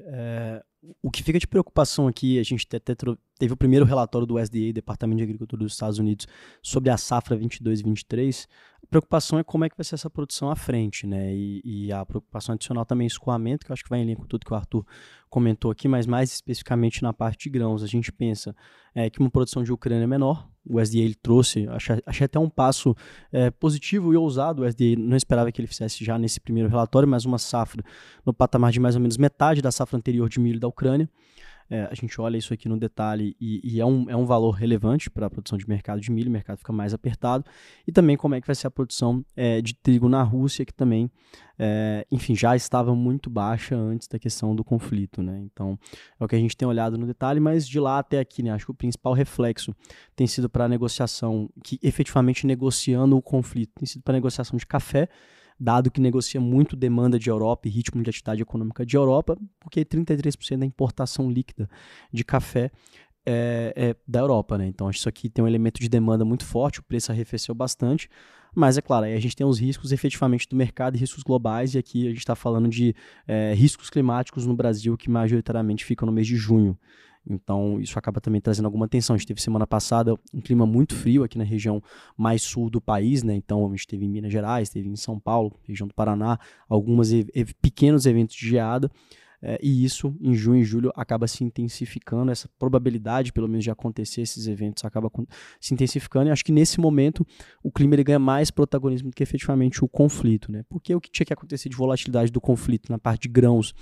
o que fica de preocupação aqui, a gente até teve o primeiro relatório do USDA, Departamento de Agricultura dos Estados Unidos, sobre a safra 22 e 23. A preocupação é como é que vai ser essa produção à frente, né? E a preocupação adicional também é escoamento, que eu acho que vai em linha com tudo que o Arthur comentou aqui, mas mais especificamente na parte de grãos. A gente pensa que uma produção de Ucrânia é menor. O USDA ele trouxe, achei até um passo positivo e ousado. O USDA não esperava que ele fizesse já nesse primeiro relatório, mas uma safra no patamar de mais ou menos metade da safra anterior de milho da Ucrânia. A gente olha isso aqui no detalhe e é um valor relevante para a produção de mercado de milho, o mercado fica mais apertado. E também como é que vai ser a produção de trigo na Rússia, que também, enfim, já estava muito baixa antes da questão do conflito, né? Então, é o que a gente tem olhado no detalhe, mas de lá até aqui, né, acho que o principal reflexo tem sido para a negociação, que efetivamente negociando o conflito, tem sido para a negociação de café, dado que negocia muito demanda de Europa e ritmo de atividade econômica de Europa, porque 33% da importação líquida de café da Europa, né? Então, isso aqui tem um elemento de demanda muito forte, o preço arrefeceu bastante, mas é claro, aí a gente tem os riscos efetivamente do mercado e riscos globais, e aqui a gente está falando de riscos climáticos no Brasil que majoritariamente ficam no mês de junho. Então, isso acaba também trazendo alguma tensão. A gente teve semana passada um clima muito frio aqui na região mais sul do país, né? Então, a gente teve em Minas Gerais, teve em São Paulo, região do Paraná, alguns pequenos eventos de geada. E isso, em junho e julho, acaba se intensificando. Essa probabilidade, pelo menos, de acontecer esses eventos acaba se intensificando. E acho que nesse momento o clima ele ganha mais protagonismo do que efetivamente o conflito, né? Porque o que tinha que acontecer de volatilidade do conflito na parte de grãos,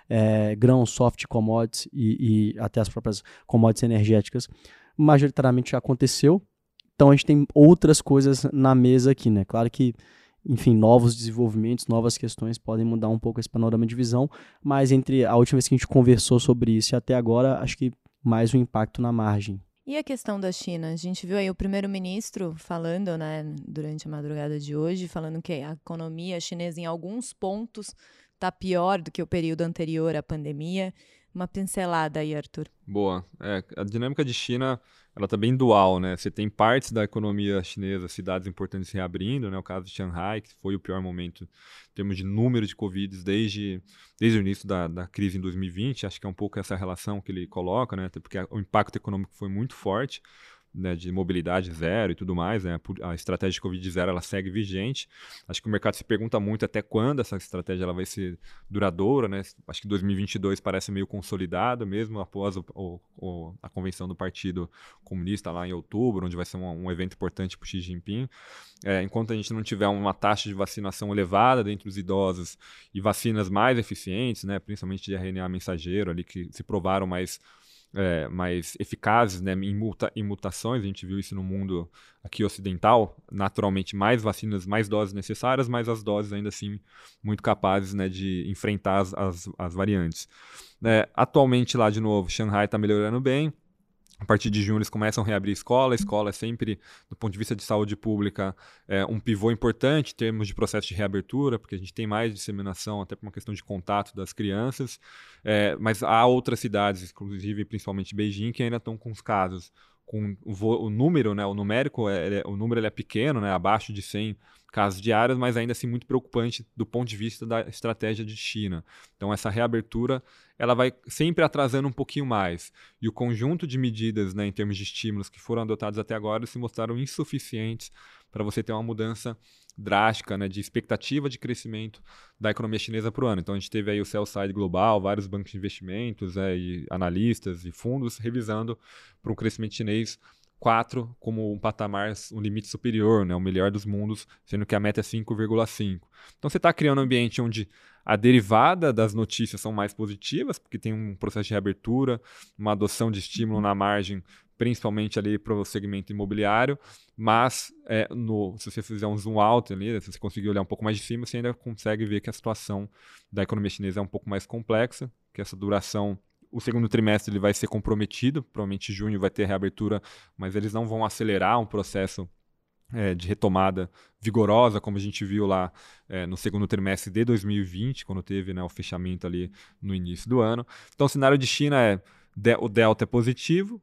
soft commodities e até as próprias commodities energéticas, majoritariamente já aconteceu. Então a gente tem outras coisas na mesa aqui, né? Claro que, enfim, novos desenvolvimentos, novas questões podem mudar um pouco esse panorama de visão, mas entre a última vez que a gente conversou sobre isso e até agora, acho que mais um impacto na margem. E a questão da China? A gente viu aí o primeiro-ministro falando, né, durante a madrugada de hoje, falando que a economia chinesa em alguns pontos está pior do que o período anterior à pandemia. Uma pincelada aí, Arthur. Boa. A dinâmica de China, ela tá bem dual, né? Você tem partes da economia chinesa, cidades importantes se reabrindo, né? O caso de Shanghai, que foi o pior momento em termos de número de Covid desde o início da crise em 2020. Acho que é um pouco essa relação que ele coloca, né? Até porque o impacto econômico foi muito forte, né, de mobilidade zero e tudo mais, né? A estratégia de Covid zero ela segue vigente. Acho que o mercado se pergunta muito até quando essa estratégia ela vai ser duradoura, né? Acho que 2022 parece meio consolidado mesmo após a convenção do Partido Comunista lá em outubro, onde vai ser um evento importante para o Xi Jinping. Enquanto a gente não tiver uma taxa de vacinação elevada dentre os idosos e vacinas mais eficientes, né, principalmente de RNA mensageiro ali que se provaram mais eficazes, né, em mutações, a gente viu isso no mundo aqui ocidental, naturalmente mais vacinas, mais doses necessárias, mas as doses ainda assim muito capazes, né, de enfrentar as variantes. Atualmente lá de novo, Shanghai está melhorando bem. A partir de junho eles começam a reabrir a escola é sempre, do ponto de vista de saúde pública, um pivô importante em termos de processo de reabertura, porque a gente tem mais disseminação, até por uma questão de contato das crianças, mas há outras cidades, inclusive principalmente Beijing, que ainda estão com os casos, com o número, né, o numérico, o número ele é pequeno, né, abaixo de 100 casos diários, mas ainda assim muito preocupante do ponto de vista da estratégia de China. Então essa reabertura ela vai sempre atrasando um pouquinho mais. E o conjunto de medidas, né, em termos de estímulos que foram adotados até agora se mostraram insuficientes para você ter uma mudança drástica, né, de expectativa de crescimento da economia chinesa para o ano. Então a gente teve aí o sell side global, vários bancos de investimentos, e analistas e fundos revisando para um crescimento chinês 4 como um patamar, um limite superior, né, o melhor dos mundos, sendo que a meta é 5,5. Então você está criando um ambiente onde a derivada das notícias são mais positivas, porque tem um processo de reabertura, uma adoção de estímulo na margem, principalmente ali para o segmento imobiliário, mas se você fizer um zoom out ali, se você conseguir olhar um pouco mais de cima, você ainda consegue ver que a situação da economia chinesa é um pouco mais complexa, que essa duração, o segundo trimestre ele vai ser comprometido, provavelmente junho vai ter reabertura, mas eles não vão acelerar um processo de retomada vigorosa, como a gente viu lá no segundo trimestre de 2020, quando teve, né, o fechamento ali no início do ano. Então o cenário de China o delta é positivo,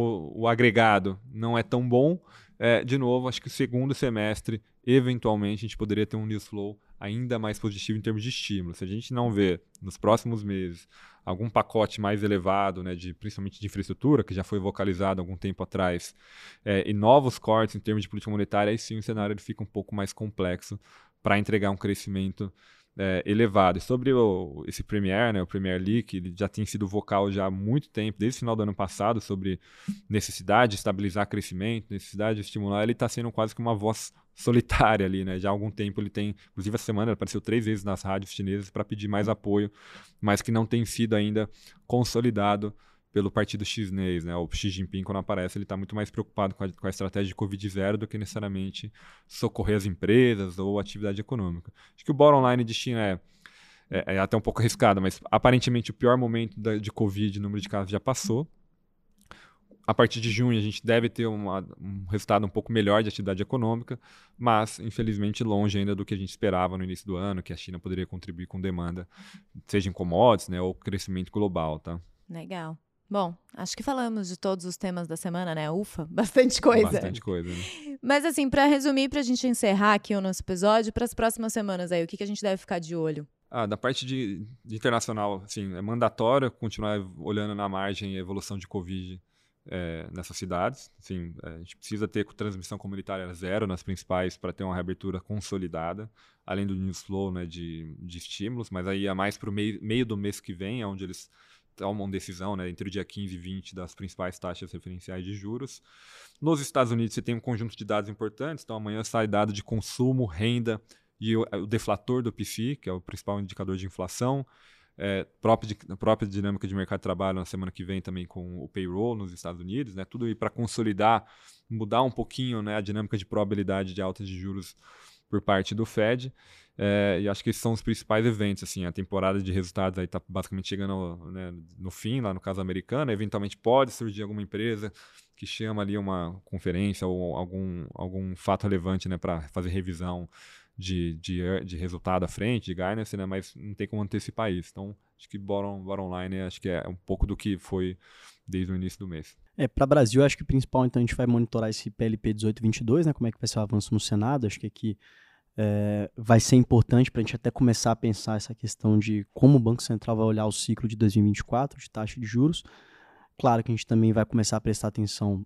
o agregado não é tão bom. De novo, acho que o segundo semestre, eventualmente, a gente poderia ter um news flow ainda mais positivo em termos de estímulo. Se a gente não vê nos próximos meses algum pacote mais elevado, né, principalmente de infraestrutura, que já foi vocalizado há algum tempo atrás, e novos cortes em termos de política monetária, aí sim o cenário ele fica um pouco mais complexo para entregar um crescimento elevado. E sobre esse Premier, né, o Premier League, ele já tem sido vocal já há muito tempo, desde o final do ano passado, sobre necessidade de estabilizar crescimento, necessidade de estimular. Ele está sendo quase que uma voz solitária ali, né? Já há algum tempo ele tem, inclusive essa semana ele apareceu 3 vezes nas rádios chinesas para pedir mais apoio, mas que não tem sido ainda consolidado pelo partido chinês, né? O Xi Jinping, quando aparece, ele está muito mais preocupado com a estratégia de Covid-0 do que necessariamente socorrer as empresas ou a atividade econômica. Acho que o bottom line de China é até um pouco arriscado, mas aparentemente o pior momento de Covid, o número de casos já passou. A partir de junho a gente deve ter um resultado um pouco melhor de atividade econômica, mas infelizmente longe ainda do que a gente esperava no início do ano, que a China poderia contribuir com demanda, seja em commodities, né, ou crescimento global, tá? Legal. Bom, acho que falamos de todos os temas da semana, né? Ufa, bastante coisa. Bastante coisa, né? Mas assim, para resumir, pra gente encerrar aqui o nosso episódio, para as próximas semanas aí, o que a gente deve ficar de olho? Da parte de internacional, assim, é mandatório continuar olhando na margem a evolução de Covid nessas cidades. Assim, a gente precisa ter transmissão comunitária zero nas principais para ter uma reabertura consolidada, além do news flow, né, de estímulos, mas aí é mais para o meio do mês que vem, é onde eles tomam decisão, né, entre o dia 15 e 20 das principais taxas referenciais de juros. Nos Estados Unidos você tem um conjunto de dados importantes, então amanhã sai dado de consumo, renda e o deflator do PCE, que é o principal indicador de inflação, própria dinâmica de mercado de trabalho na semana que vem também com o payroll nos Estados Unidos, né, tudo aí para consolidar, mudar um pouquinho, né, a dinâmica de probabilidade de alta de juros por parte do Fed. E acho que esses são os principais eventos. Assim, a temporada de resultados está basicamente chegando, né, no fim, lá no caso americano. Eventualmente pode surgir alguma empresa que chama ali uma conferência ou algum fato relevante, né, para fazer revisão de resultado à frente, de guidance, né, mas não tem como antecipar isso. Então, acho que bottom line, acho que é um pouco do que foi desde o início do mês. Para o Brasil, acho que o principal, então, a gente vai monitorar esse PLP 1822, né, como é que vai ser o avanço no Senado. Acho que aqui vai ser importante para a gente até começar a pensar essa questão de como o Banco Central vai olhar o ciclo de 2024 de taxa de juros. Claro que a gente também vai começar a prestar atenção,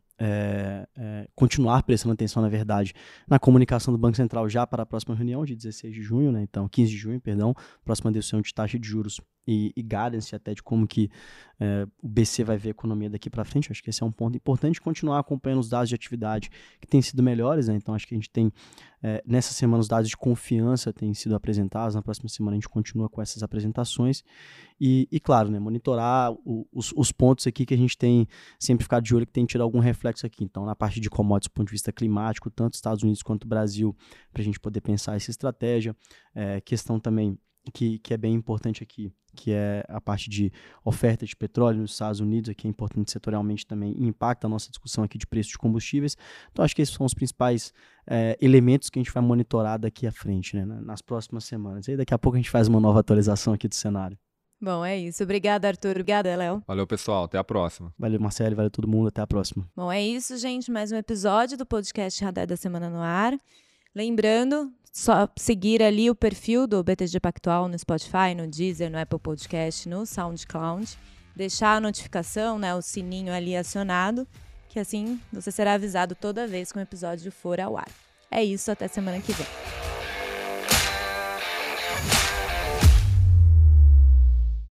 continuar prestando atenção, na verdade, na comunicação do Banco Central já para a próxima reunião de 16 de junho, né? Então 15 de junho, perdão, próxima decisão de taxa de juros e guidance até de como que o BC vai ver a economia daqui para frente. Acho que esse é um ponto importante, continuar acompanhando os dados de atividade que têm sido melhores, né? Então acho que a gente tem, nessa semana, os dados de confiança têm sido apresentados, na próxima semana a gente continua com essas apresentações e claro, né, monitorar os pontos aqui que a gente tem sempre ficado de olho, que tem tido algum reflexo aqui. Então, na parte de commodities do ponto de vista climático, tanto Estados Unidos quanto Brasil, para a gente poder pensar essa estratégia. Questão também que é bem importante aqui, que é a parte de oferta de petróleo nos Estados Unidos, aqui é importante setorialmente também, e impacta a nossa discussão aqui de preço de combustíveis. Então, acho que esses são os principais elementos que a gente vai monitorar daqui à frente, né, nas próximas semanas. E daqui a pouco a gente faz uma nova atualização aqui do cenário. Bom, é isso. Obrigada, Arthur. Obrigada, Léo. Valeu, pessoal. Até a próxima. Valeu, Marcelo. Valeu todo mundo. Até a próxima. Bom, é isso, gente. Mais um episódio do podcast Radar da Semana no ar. Lembrando, só seguir ali o perfil do BTG Pactual no Spotify, no Deezer, no Apple Podcast, no SoundCloud. Deixar a notificação, né, o sininho ali acionado, que assim você será avisado toda vez que um episódio for ao ar. É isso, até semana que vem.